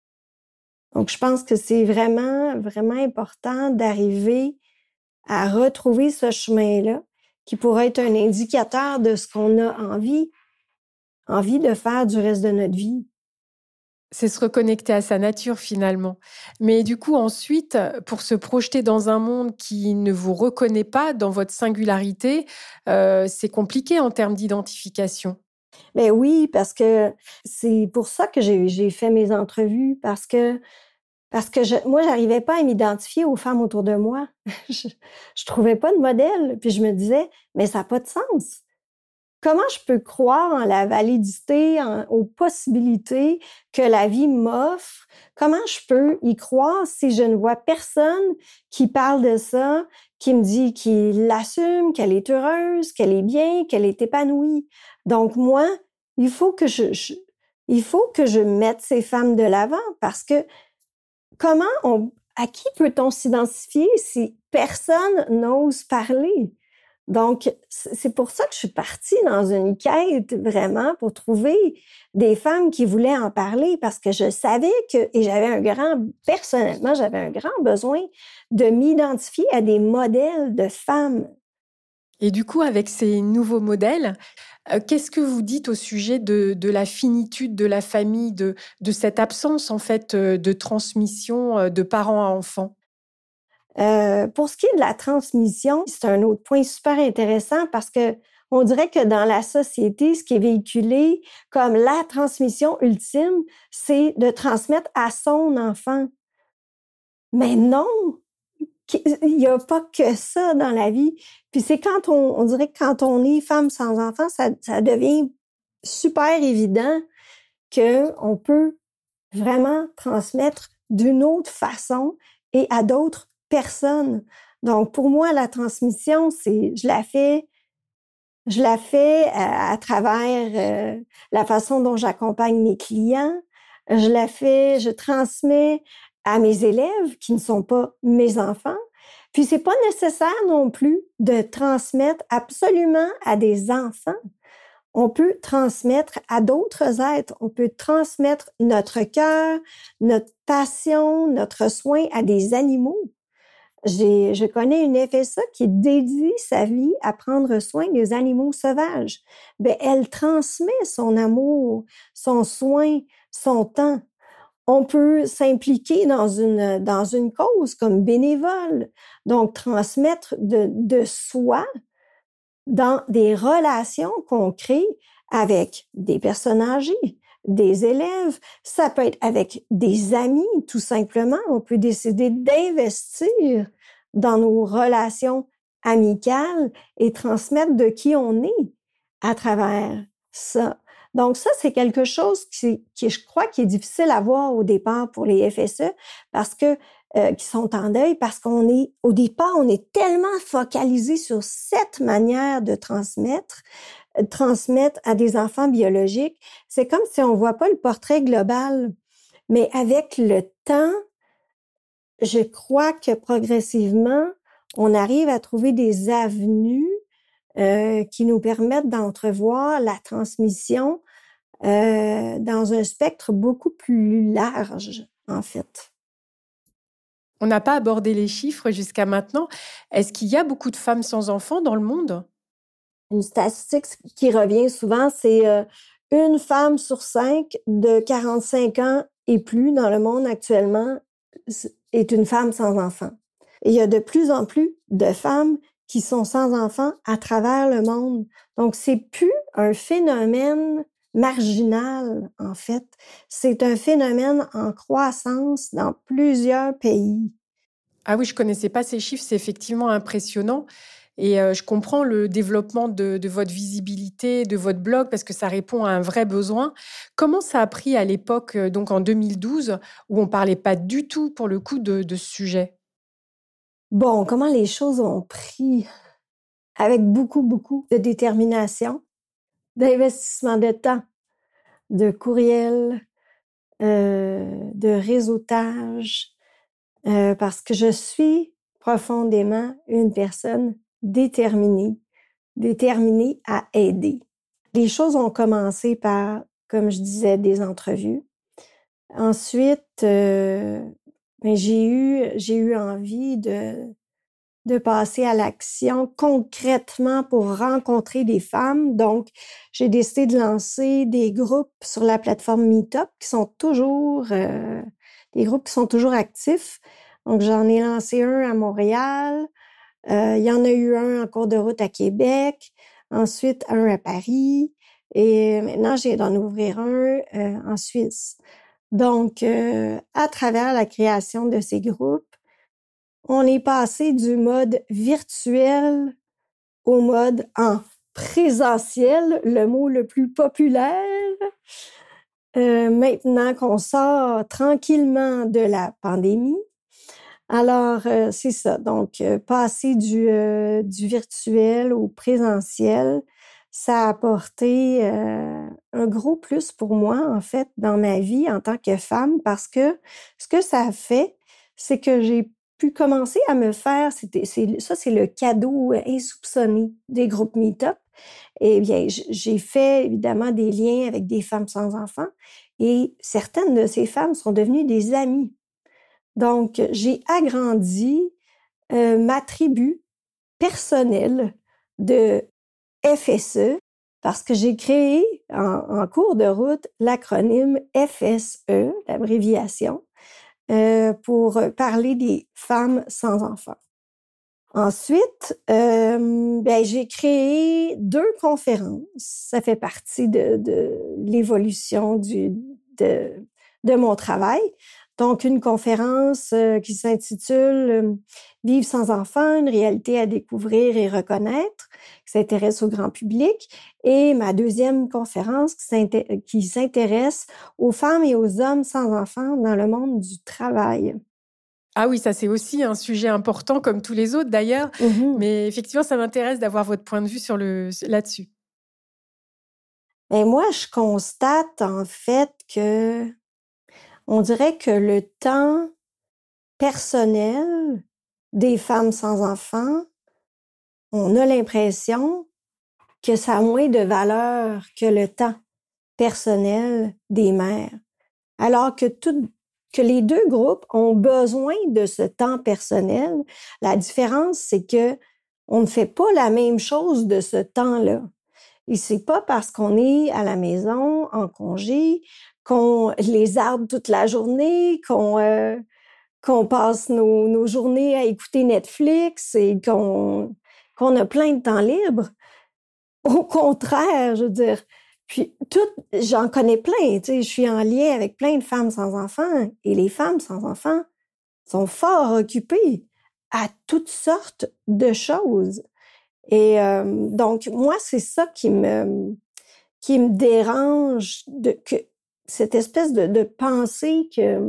Donc, je pense que c'est vraiment, vraiment important d'arriver à retrouver ce chemin-là qui pourrait être un indicateur de ce qu'on a envie, envie de faire du reste de notre vie. C'est se reconnecter à sa nature finalement. Mais du coup, ensuite, pour se projeter dans un monde qui ne vous reconnaît pas dans votre singularité, euh, c'est compliqué en termes d'identification. Ben oui, parce que c'est pour ça que j'ai, j'ai fait mes entrevues, parce que parce que je, moi, j'arrivais pas à m'identifier aux femmes autour de moi. je, je trouvais pas de modèle, puis je me disais, mais ça n'a pas de sens. Comment je peux croire en la validité, en, aux possibilités que la vie m'offre? Comment je peux y croire si je ne vois personne qui parle de ça, qui me dit qu'il l'assume, qu'elle est heureuse, qu'elle est bien, qu'elle est épanouie? Donc moi, il faut que je, je il faut que je mette ces femmes de l'avant parce que comment on, à qui peut-on s'identifier si personne n'ose parler? Donc, c'est pour ça que je suis partie dans une quête vraiment pour trouver des femmes qui voulaient en parler parce que je savais que, et j'avais un grand, personnellement, j'avais un grand besoin de m'identifier à des modèles de femmes. Et du coup, avec ces nouveaux modèles, euh, qu'est-ce que vous dites au sujet de, de la finitude de la famille, de, de cette absence en fait de transmission de parents à enfants? Euh, pour ce qui est de la transmission, c'est un autre point super intéressant parce que on dirait que dans la société, ce qui est véhiculé comme la transmission ultime, c'est de transmettre à son enfant. Mais non! Il n'y a pas que ça dans la vie. Puis c'est quand on, on dirait que quand on est femme sans enfant, ça, ça devient super évident qu'on peut vraiment transmettre d'une autre façon et à d'autres personnes. Donc, pour moi, la transmission, c'est, je la fais, je la fais à, à travers euh, la façon dont j'accompagne mes clients. Je la fais, je transmets à mes élèves qui ne sont pas mes enfants. Puis, c'est pas nécessaire non plus de transmettre absolument à des enfants. On peut transmettre à d'autres êtres. On peut transmettre notre cœur, notre passion, notre soin à des animaux. J'ai, je connais une F S A qui dédie sa vie à prendre soin des animaux sauvages. Ben, elle transmet son amour, son soin, son temps. On peut s'impliquer dans une, dans une cause comme bénévole. Donc, transmettre de, de soi dans des relations qu'on crée avec des personnes âgées, des élèves. Ça peut être avec des amis, tout simplement. On peut décider d'investir dans nos relations amicales et transmettre de qui on est à travers ça. Donc ça, c'est quelque chose qui, qui, je crois, qui est difficile à voir au départ pour les F S E parce que euh, qui sont en deuil, parce qu'on est, au départ, on est tellement focalisé sur cette manière de transmettre, euh, transmettre à des enfants biologiques. C'est comme si on voit pas le portrait global. Mais avec le temps, je crois que progressivement, on arrive à trouver des avenues euh, qui nous permettent d'entrevoir la transmission euh, dans un spectre beaucoup plus large, en fait. On n'a pas abordé les chiffres jusqu'à maintenant. Est-ce qu'il y a beaucoup de femmes sans enfants dans le monde? Une statistique qui revient souvent, c'est euh, une femme sur cinq de quarante-cinq ans et plus dans le monde actuellement est une femme sans enfant. Et il y a de plus en plus de femmes qui sont sans enfants à travers le monde. Donc, c'est plus un phénomène marginal, en fait. C'est un phénomène en croissance dans plusieurs pays. Ah oui, je connaissais pas ces chiffres, c'est effectivement impressionnant. Et euh, je comprends le développement de, de votre visibilité, de votre blog, parce que ça répond à un vrai besoin. Comment ça a pris à l'époque, euh, donc en deux mille douze, où on parlait pas du tout, pour le coup, de, de ce sujet? Bon, comment les choses ont pris? Avec beaucoup, beaucoup de détermination, d'investissement de temps, de courriel, euh, de réseautage, euh, parce que je suis profondément une personne déterminée, déterminée à aider. Les choses ont commencé par, comme je disais, des entrevues. Ensuite, euh, ben, j'ai eu, j'ai eu envie de, de passer à l'action concrètement pour rencontrer des femmes. Donc, j'ai décidé de lancer des groupes sur la plateforme Meetup qui sont toujours, euh, des groupes qui sont toujours actifs. Donc, j'en ai lancé un à Montréal. Euh, il y en a eu un en cours de route à Québec. Ensuite, un à Paris. Et maintenant, j'ai d'en ouvrir un euh, en Suisse. Donc, euh, à travers la création de ces groupes, on est passé du mode virtuel au mode en présentiel, le mot le plus populaire. Euh, maintenant qu'on sort tranquillement de la pandémie. Alors, euh, c'est ça. Donc, euh, passer du, euh, du virtuel au présentiel, ça a apporté euh, un gros plus pour moi, en fait, dans ma vie en tant que femme, parce que ce que ça a fait, c'est que j'ai pu commencer à me faire, c'était, c'est, ça, c'est le cadeau insoupçonné des groupes Meetup. Eh bien, j'ai fait évidemment des liens avec des femmes sans enfants et certaines de ces femmes sont devenues des amies. Donc, j'ai agrandi euh, ma tribu personnelle de F S E parce que j'ai créé en, en cours de route l'acronyme F S E, l'abréviation, euh, pour parler des femmes sans enfants. Ensuite, euh, ben, j'ai créé deux conférences. Ça fait partie de, de l'évolution du, de, de mon travail. Donc, une conférence euh, qui s'intitule euh, « Vivre sans enfants, une réalité à découvrir et reconnaître », qui s'intéresse au grand public. Et ma deuxième conférence qui, s'inté- qui s'intéresse aux femmes et aux hommes sans enfants dans le monde du travail. Ah oui, ça c'est aussi un sujet important comme tous les autres d'ailleurs. Mm-hmm. Mais effectivement, ça m'intéresse d'avoir votre point de vue sur le, là-dessus. Et moi, je constate en fait que on dirait que le temps personnel des femmes sans enfants, on a l'impression que ça a moins de valeur que le temps personnel des mères. Alors que tout, que les deux groupes ont besoin de ce temps personnel. La différence, c'est que on ne fait pas la même chose de ce temps-là. Et c'est pas parce qu'on est à la maison, en congé, qu'on les arde toute la journée, qu'on euh, qu'on passe nos, nos journées à écouter Netflix et qu'on qu'on a plein de temps libre. Au contraire, je veux dire, puis tout, j'en connais plein, tu sais, je suis en lien avec plein de femmes sans enfants et les femmes sans enfants sont fort occupées à toutes sortes de choses. Et euh, donc, moi, c'est ça qui me qui me dérange, de, que, cette espèce de, de pensée que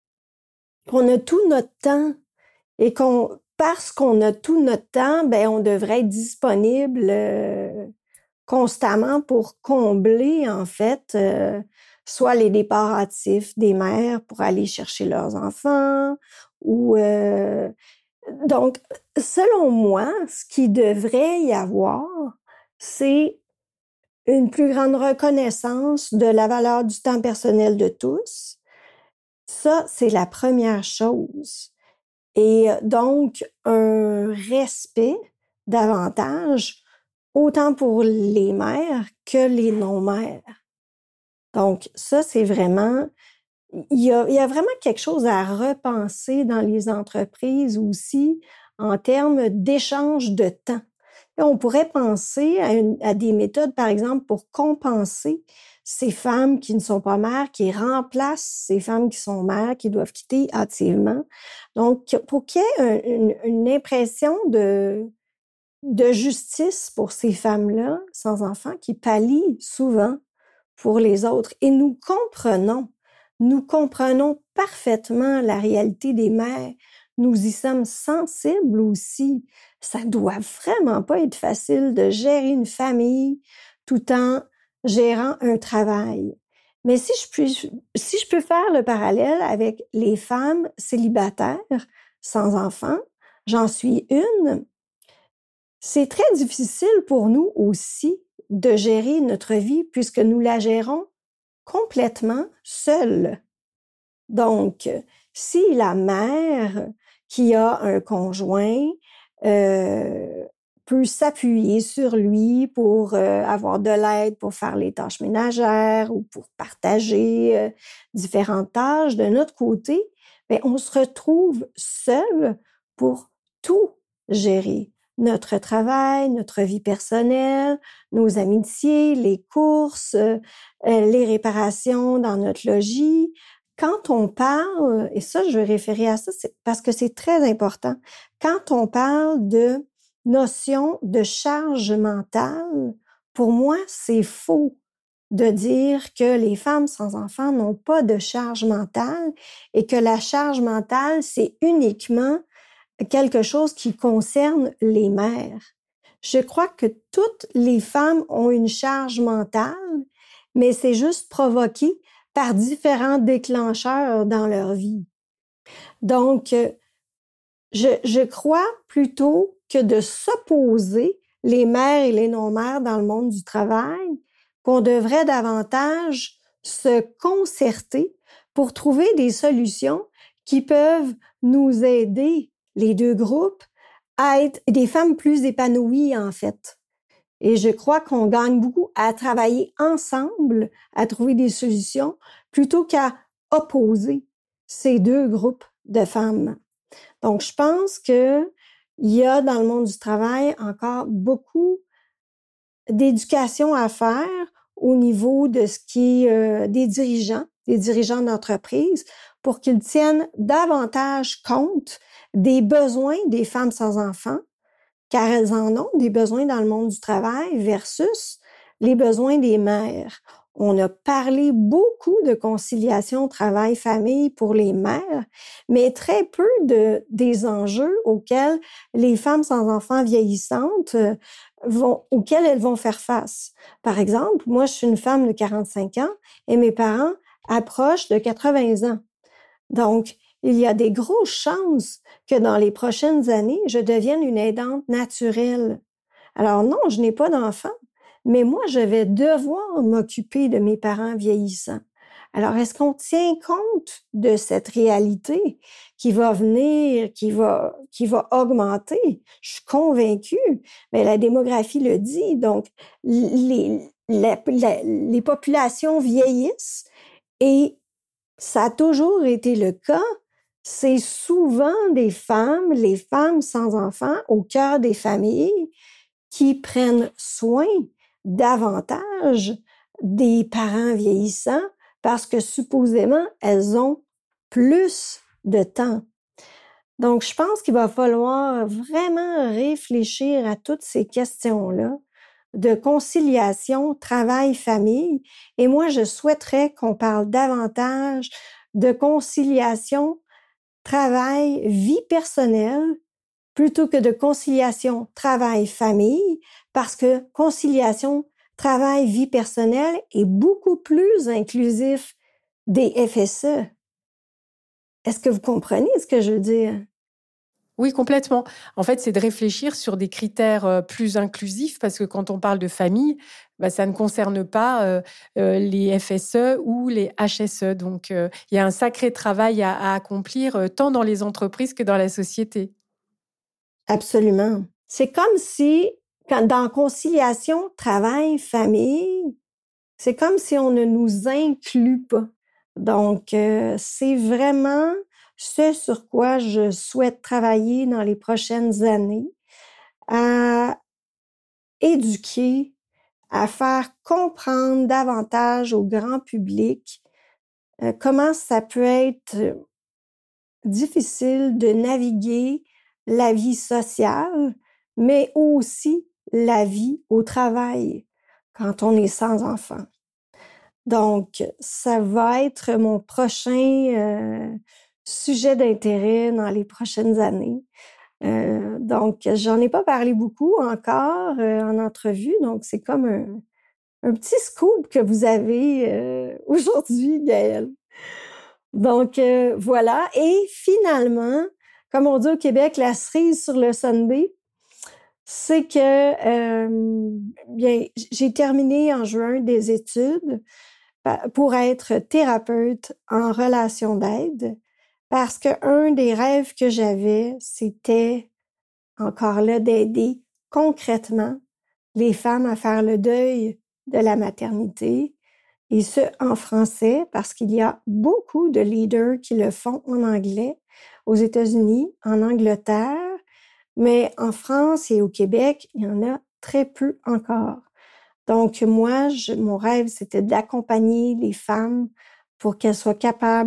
qu'on a tout notre temps et qu'on parce qu'on a tout notre temps, ben on devrait être disponible euh, constamment pour combler en fait euh, soit les départs hâtifs des mères pour aller chercher leurs enfants ou euh, donc selon moi, ce qui devrait y avoir, c'est une plus grande reconnaissance de la valeur du temps personnel de tous. Ça, c'est la première chose. Et donc, un respect davantage, autant pour les mères que les non-mères. Donc, ça, c'est vraiment... Il y a, il y a vraiment quelque chose à repenser dans les entreprises aussi en termes d'échange de temps. Et on pourrait penser à, une, à des méthodes, par exemple, pour compenser ces femmes qui ne sont pas mères, qui remplacent ces femmes qui sont mères, qui doivent quitter hâtivement. Donc, pour qu'il y ait une, une impression de, de justice pour ces femmes-là sans enfants qui pallient souvent pour les autres. Et nous comprenons, nous comprenons parfaitement la réalité des mères. Nous y sommes sensibles aussi. Ça doit vraiment pas être facile de gérer une famille tout en gérant un travail. Mais si je puis, si je peux faire le parallèle avec les femmes célibataires sans enfants, j'en suis une, c'est très difficile pour nous aussi de gérer notre vie puisque nous la gérons complètement seuls. Donc, si la mère qui a un conjoint euh, peut s'appuyer sur lui pour euh, avoir de l'aide pour faire les tâches ménagères ou pour partager euh, différentes tâches, de notre côté, bien, on se retrouve seul pour tout gérer. Notre travail, notre vie personnelle, nos amitiés, les courses, euh, les réparations dans notre logis. Quand on parle, et ça, je vais référer à ça c'est parce que c'est très important, quand on parle de notion de charge mentale, pour moi, c'est faux de dire que les femmes sans enfants n'ont pas de charge mentale et que la charge mentale, c'est uniquement quelque chose qui concerne les mères. Je crois que toutes les femmes ont une charge mentale, mais c'est juste provoqué par différents déclencheurs dans leur vie. Donc, je, je crois plutôt que de s'opposer les mères et les non-mères dans le monde du travail, qu'on devrait davantage se concerter pour trouver des solutions qui peuvent nous aider, les deux groupes, à être des femmes plus épanouies, en fait. Et je crois qu'on gagne beaucoup à travailler ensemble, à trouver des solutions, plutôt qu'à opposer ces deux groupes de femmes. Donc, je pense que il y a dans le monde du travail encore beaucoup d'éducation à faire au niveau de ce qui est euh, des dirigeants, des dirigeants d'entreprise, pour qu'ils tiennent davantage compte des besoins des femmes sans enfants, car elles en ont des besoins dans le monde du travail versus les besoins des mères. On a parlé beaucoup de conciliation travail-famille pour les mères, mais très peu de, des enjeux auxquels les femmes sans enfants vieillissantes vont, auxquels elles vont faire face. Par exemple, moi, je suis une femme de quarante-cinq ans et mes parents approchent de quatre-vingts ans. Donc, il y a des grosses chances que dans les prochaines années, je devienne une aidante naturelle. Alors non, je n'ai pas d'enfants, mais moi, je vais devoir m'occuper de mes parents vieillissants. Alors, est-ce qu'on tient compte de cette réalité qui va venir, qui va, qui va augmenter? Je suis convaincue, mais la démographie le dit. Donc, les, la, la, les populations vieillissent et ça a toujours été le cas. C'est souvent des femmes, les femmes sans enfants, au cœur des familles, qui prennent soin davantage des parents vieillissants parce que supposément, elles ont plus de temps. Donc, je pense qu'il va falloir vraiment réfléchir à toutes ces questions-là de conciliation, travail, famille. Et moi, je souhaiterais qu'on parle davantage de conciliation, travail, vie personnelle, plutôt que de conciliation, travail, famille, parce que conciliation, travail, vie personnelle est beaucoup plus inclusif des F S E. Est-ce que vous comprenez ce que je veux dire? Oui, complètement. En fait, c'est de réfléchir sur des critères plus inclusifs parce que quand on parle de famille, bah, ça ne concerne pas euh, euh, les F S E ou les H S E. Donc, euh, il y a un sacré travail à, à accomplir euh, tant dans les entreprises que dans la société. Absolument. C'est comme si, quand, dans conciliation, travail, famille, c'est comme si on ne nous inclut pas. Donc, euh, c'est vraiment ce sur quoi je souhaite travailler dans les prochaines années, à éduquer, à faire comprendre davantage au grand public euh, comment ça peut être difficile de naviguer la vie sociale, mais aussi la vie au travail quand on est sans enfant. Donc, ça va être mon prochain euh, sujet d'intérêt dans les prochaines années. Euh, donc, j'en ai pas parlé beaucoup encore euh, en entrevue, donc c'est comme un, un petit scoop que vous avez euh, aujourd'hui, Gaëlle. Donc, euh, voilà. Et finalement, comme on dit au Québec, la cerise sur le sundae, c'est que euh, bien, j'ai terminé en juin des études pour être thérapeute en relation d'aide, parce qu'un des rêves que j'avais, c'était encore là d'aider concrètement les femmes à faire le deuil de la maternité, et ce, en français, parce qu'il y a beaucoup de leaders qui le font en anglais, aux États-Unis, en Angleterre, mais en France et au Québec, il y en a très peu encore. Donc, moi, je, mon rêve, c'était d'accompagner les femmes pour qu'elles soient capables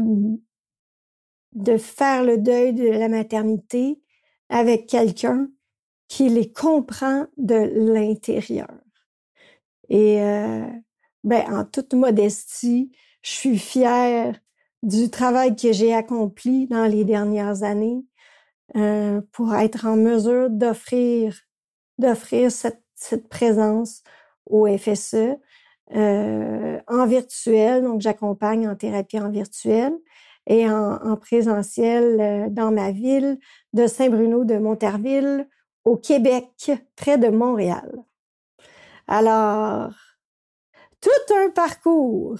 de faire le deuil de la maternité avec quelqu'un qui les comprend de l'intérieur. Et euh, ben, en toute modestie, je suis fière du travail que j'ai accompli dans les dernières années euh, pour être en mesure d'offrir, d'offrir cette, cette présence au F S E euh, en virtuel. Donc, j'accompagne en thérapie en virtuel et en, en présentiel euh, dans ma ville de Saint-Bruno de Monterville, au Québec, près de Montréal. Alors, tout un parcours.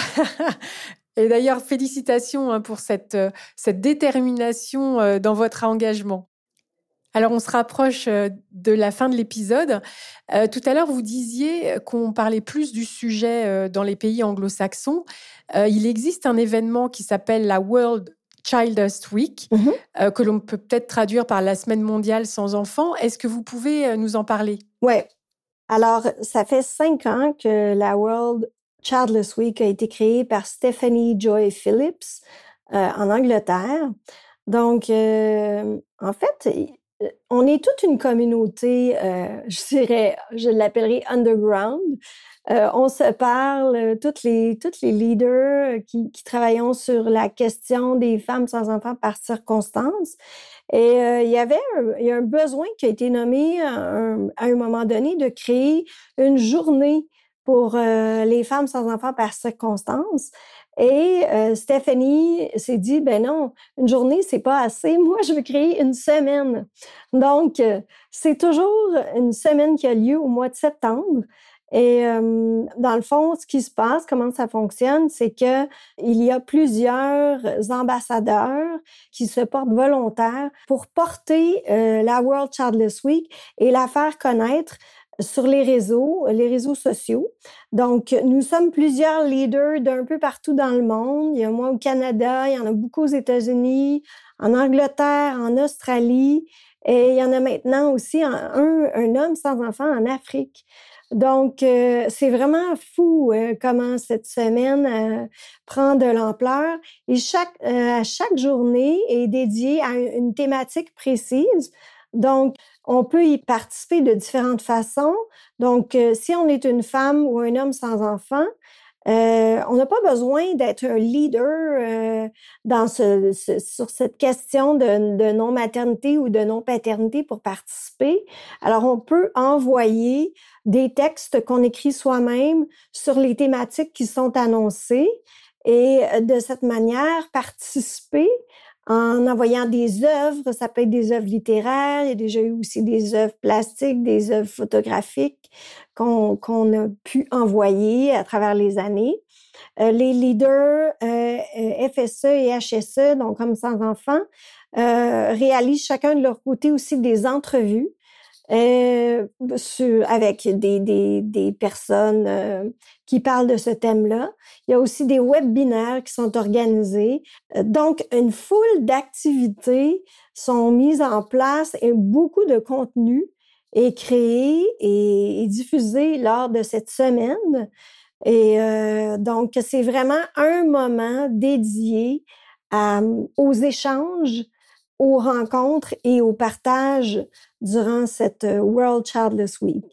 Et d'ailleurs, félicitations hein, pour cette, cette détermination euh, dans votre engagement. Alors, on se rapproche de la fin de l'épisode. Euh, tout à l'heure, vous disiez qu'on parlait plus du sujet euh, dans les pays anglo-saxons. Euh, il existe un événement qui s'appelle la World Childless Week, mm-hmm. euh, que l'on peut peut-être traduire par la Semaine mondiale sans enfants. Est-ce que vous pouvez nous en parler? Oui. Alors, ça fait cinq ans que la World Childless Week a été créée par Stephanie Joy Phillips euh, en Angleterre. Donc, euh, en fait, on est toute une communauté, euh, je dirais, je l'appellerais underground. Euh, on se parle, toutes les, toutes les leaders qui, qui travaillons sur la question des femmes sans enfants par circonstance. Et euh, il y avait un, il y a un besoin qui a été nommé à un, à un moment donné de créer une journée pour euh, les femmes sans enfants par circonstance. Et euh, Stephanie s'est dit, ben non, une journée, c'est pas assez. Moi, je veux créer une semaine. Donc, euh, c'est toujours une semaine qui a lieu au mois de septembre. Et euh, dans le fond, ce qui se passe, comment ça fonctionne, c'est que il y a plusieurs ambassadeurs qui se portent volontaires pour porter euh, la World Childless Week et la faire connaître sur les réseaux, les réseaux sociaux. Donc, nous sommes plusieurs leaders d'un peu partout dans le monde. Il y a moi au Canada, il y en a beaucoup aux États-Unis, en Angleterre, en Australie, et il y en a maintenant aussi un, un, un homme sans enfant en Afrique. Donc, euh, c'est vraiment fou euh, comment cette semaine euh, prend de l'ampleur. Et chaque, euh, chaque journée est dédiée à une thématique précise. Donc, on peut y participer de différentes façons. Donc, euh, si on est une femme ou un homme sans enfant, euh, on n'a pas besoin d'être un leader euh, dans ce, ce, sur cette question de, de non-maternité ou de non-paternité pour participer. Alors, on peut envoyer des textes qu'on écrit soi-même sur les thématiques qui sont annoncées et de cette manière, participer en envoyant des œuvres. Ça peut être des œuvres littéraires, il y a déjà eu aussi des œuvres plastiques, des œuvres photographiques qu'on, qu'on a pu envoyer à travers les années. Euh, les leaders euh, F S E et H S E, donc Hommes sans enfants, euh, réalisent chacun de leur côté aussi des entrevues euh, sur, avec des, des, des personnes euh, qui parlent de ce thème-là. Il y a aussi des webinaires qui sont organisés. Donc, une foule d'activités sont mises en place et beaucoup de contenu est créé et, et diffusé lors de cette semaine. Et euh, donc, c'est vraiment un moment dédié à, aux échanges, aux rencontres et au partage durant cette World Childless Week.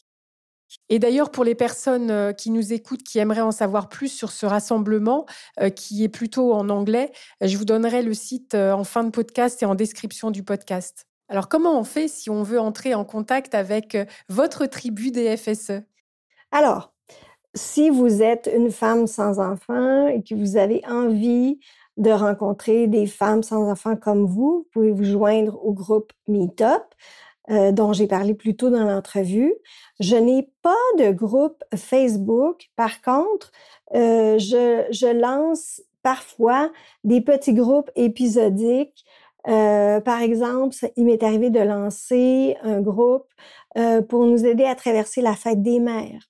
Et d'ailleurs, pour les personnes qui nous écoutent, qui aimeraient en savoir plus sur ce rassemblement, euh, qui est plutôt en anglais, je vous donnerai le site en fin de podcast et en description du podcast. Alors, comment on fait si on veut entrer en contact avec votre tribu des F S E? Alors, si vous êtes une femme sans enfant et que vous avez envie de rencontrer des femmes sans enfants comme vous, vous pouvez vous joindre au groupe Meetup, euh, dont j'ai parlé plus tôt dans l'entrevue. Je n'ai pas de groupe Facebook. Par contre, euh, je, je lance parfois des petits groupes épisodiques. Euh, par exemple, il m'est arrivé de lancer un groupe euh, pour nous aider à traverser la fête des mères.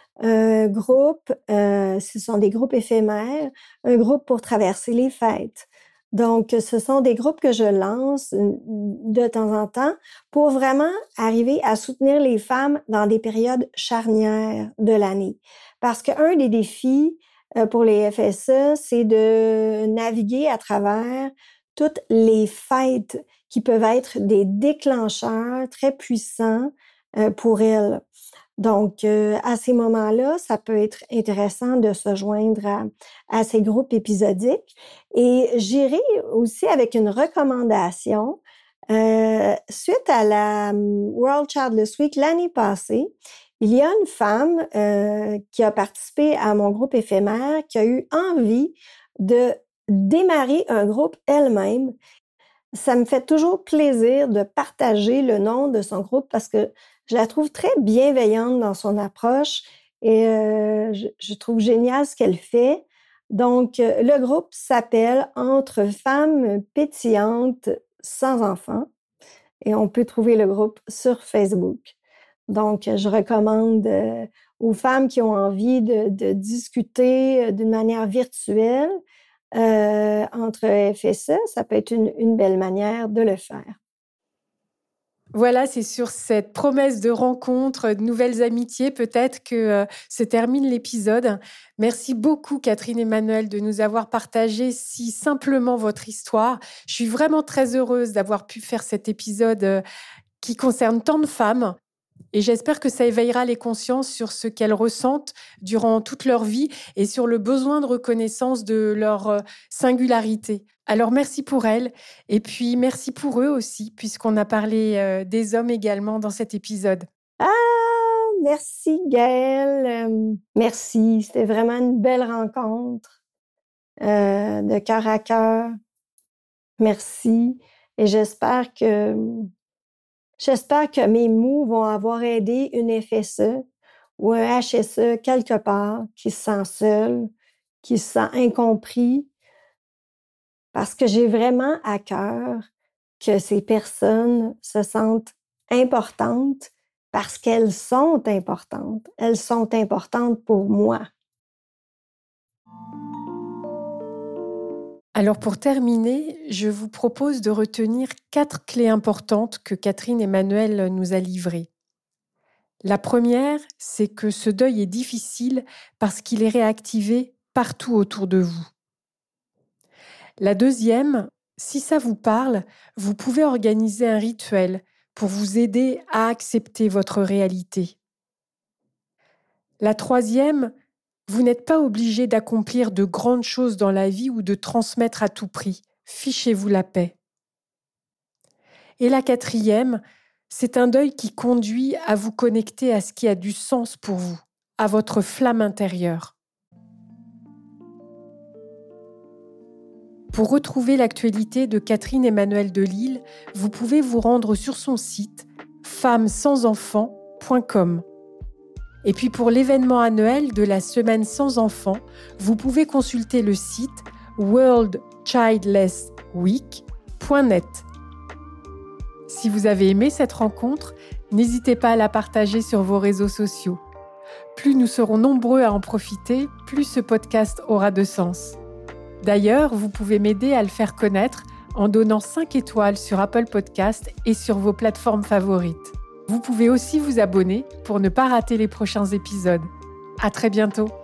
Un groupe, euh, ce sont des groupes éphémères, un groupe pour traverser les fêtes. Donc, ce sont des groupes que je lance de temps en temps pour vraiment arriver à soutenir les femmes dans des périodes charnières de l'année. Parce qu'un des défis pour les F S E, c'est de naviguer à travers toutes les fêtes qui peuvent être des déclencheurs très puissants pour elles. Donc, euh, à ces moments-là, ça peut être intéressant de se joindre à, à ces groupes épisodiques. Et j'irai aussi avec une recommandation. Euh, suite à la World Childless Week l'année passée, il y a une femme euh, qui a participé à mon groupe éphémère, qui a eu envie de démarrer un groupe elle-même. Ça me fait toujours plaisir de partager le nom de son groupe parce que je la trouve très bienveillante dans son approche et euh, je, je trouve génial ce qu'elle fait. Donc, le groupe s'appelle Entre femmes pétillantes sans enfants et on peut trouver le groupe sur Facebook. Donc, je recommande euh, aux femmes qui ont envie de, de discuter d'une manière virtuelle euh, entre F S E, ça peut être une, une belle manière de le faire. Voilà, c'est sur cette promesse de rencontre, de nouvelles amitiés, peut-être que euh, se termine l'épisode. Merci beaucoup, Catherine Emmanuel, de nous avoir partagé si simplement votre histoire. Je suis vraiment très heureuse d'avoir pu faire cet épisode euh, qui concerne tant de femmes. Et j'espère que ça éveillera les consciences sur ce qu'elles ressentent durant toute leur vie et sur le besoin de reconnaissance de leur euh, singularité. Alors, merci pour elles et puis merci pour eux aussi, puisqu'on a parlé euh, des hommes également dans cet épisode. Ah, merci Gaëlle. Euh, merci, c'était vraiment une belle rencontre euh, de cœur à cœur. Merci. Et j'espère que j'espère que mes mots vont avoir aidé une F S E ou un H S E quelque part qui se sent seul, qui se sent incompris, parce que j'ai vraiment à cœur que ces personnes se sentent importantes parce qu'elles sont importantes. Elles sont importantes pour moi. Alors pour terminer, je vous propose de retenir quatre clés importantes que Catherine Emmanuel nous a livrées. La première, c'est que ce deuil est difficile parce qu'il est réactivé partout autour de vous. La deuxième, si ça vous parle, vous pouvez organiser un rituel pour vous aider à accepter votre réalité. La troisième, vous n'êtes pas obligé d'accomplir de grandes choses dans la vie ou de transmettre à tout prix. Fichez-vous la paix. Et la quatrième, c'est un deuil qui conduit à vous connecter à ce qui a du sens pour vous, à votre flamme intérieure. Pour retrouver l'actualité de Catherine Emmanuel de Lille, vous pouvez vous rendre sur son site femmes sans enfants point com. Et puis pour l'événement annuel de la Semaine sans enfants, vous pouvez consulter le site world childless week point net. Si vous avez aimé cette rencontre, n'hésitez pas à la partager sur vos réseaux sociaux. Plus nous serons nombreux à en profiter, plus ce podcast aura de sens. D'ailleurs, vous pouvez m'aider à le faire connaître en donnant cinq étoiles sur Apple Podcasts et sur vos plateformes favorites. Vous pouvez aussi vous abonner pour ne pas rater les prochains épisodes. À très bientôt.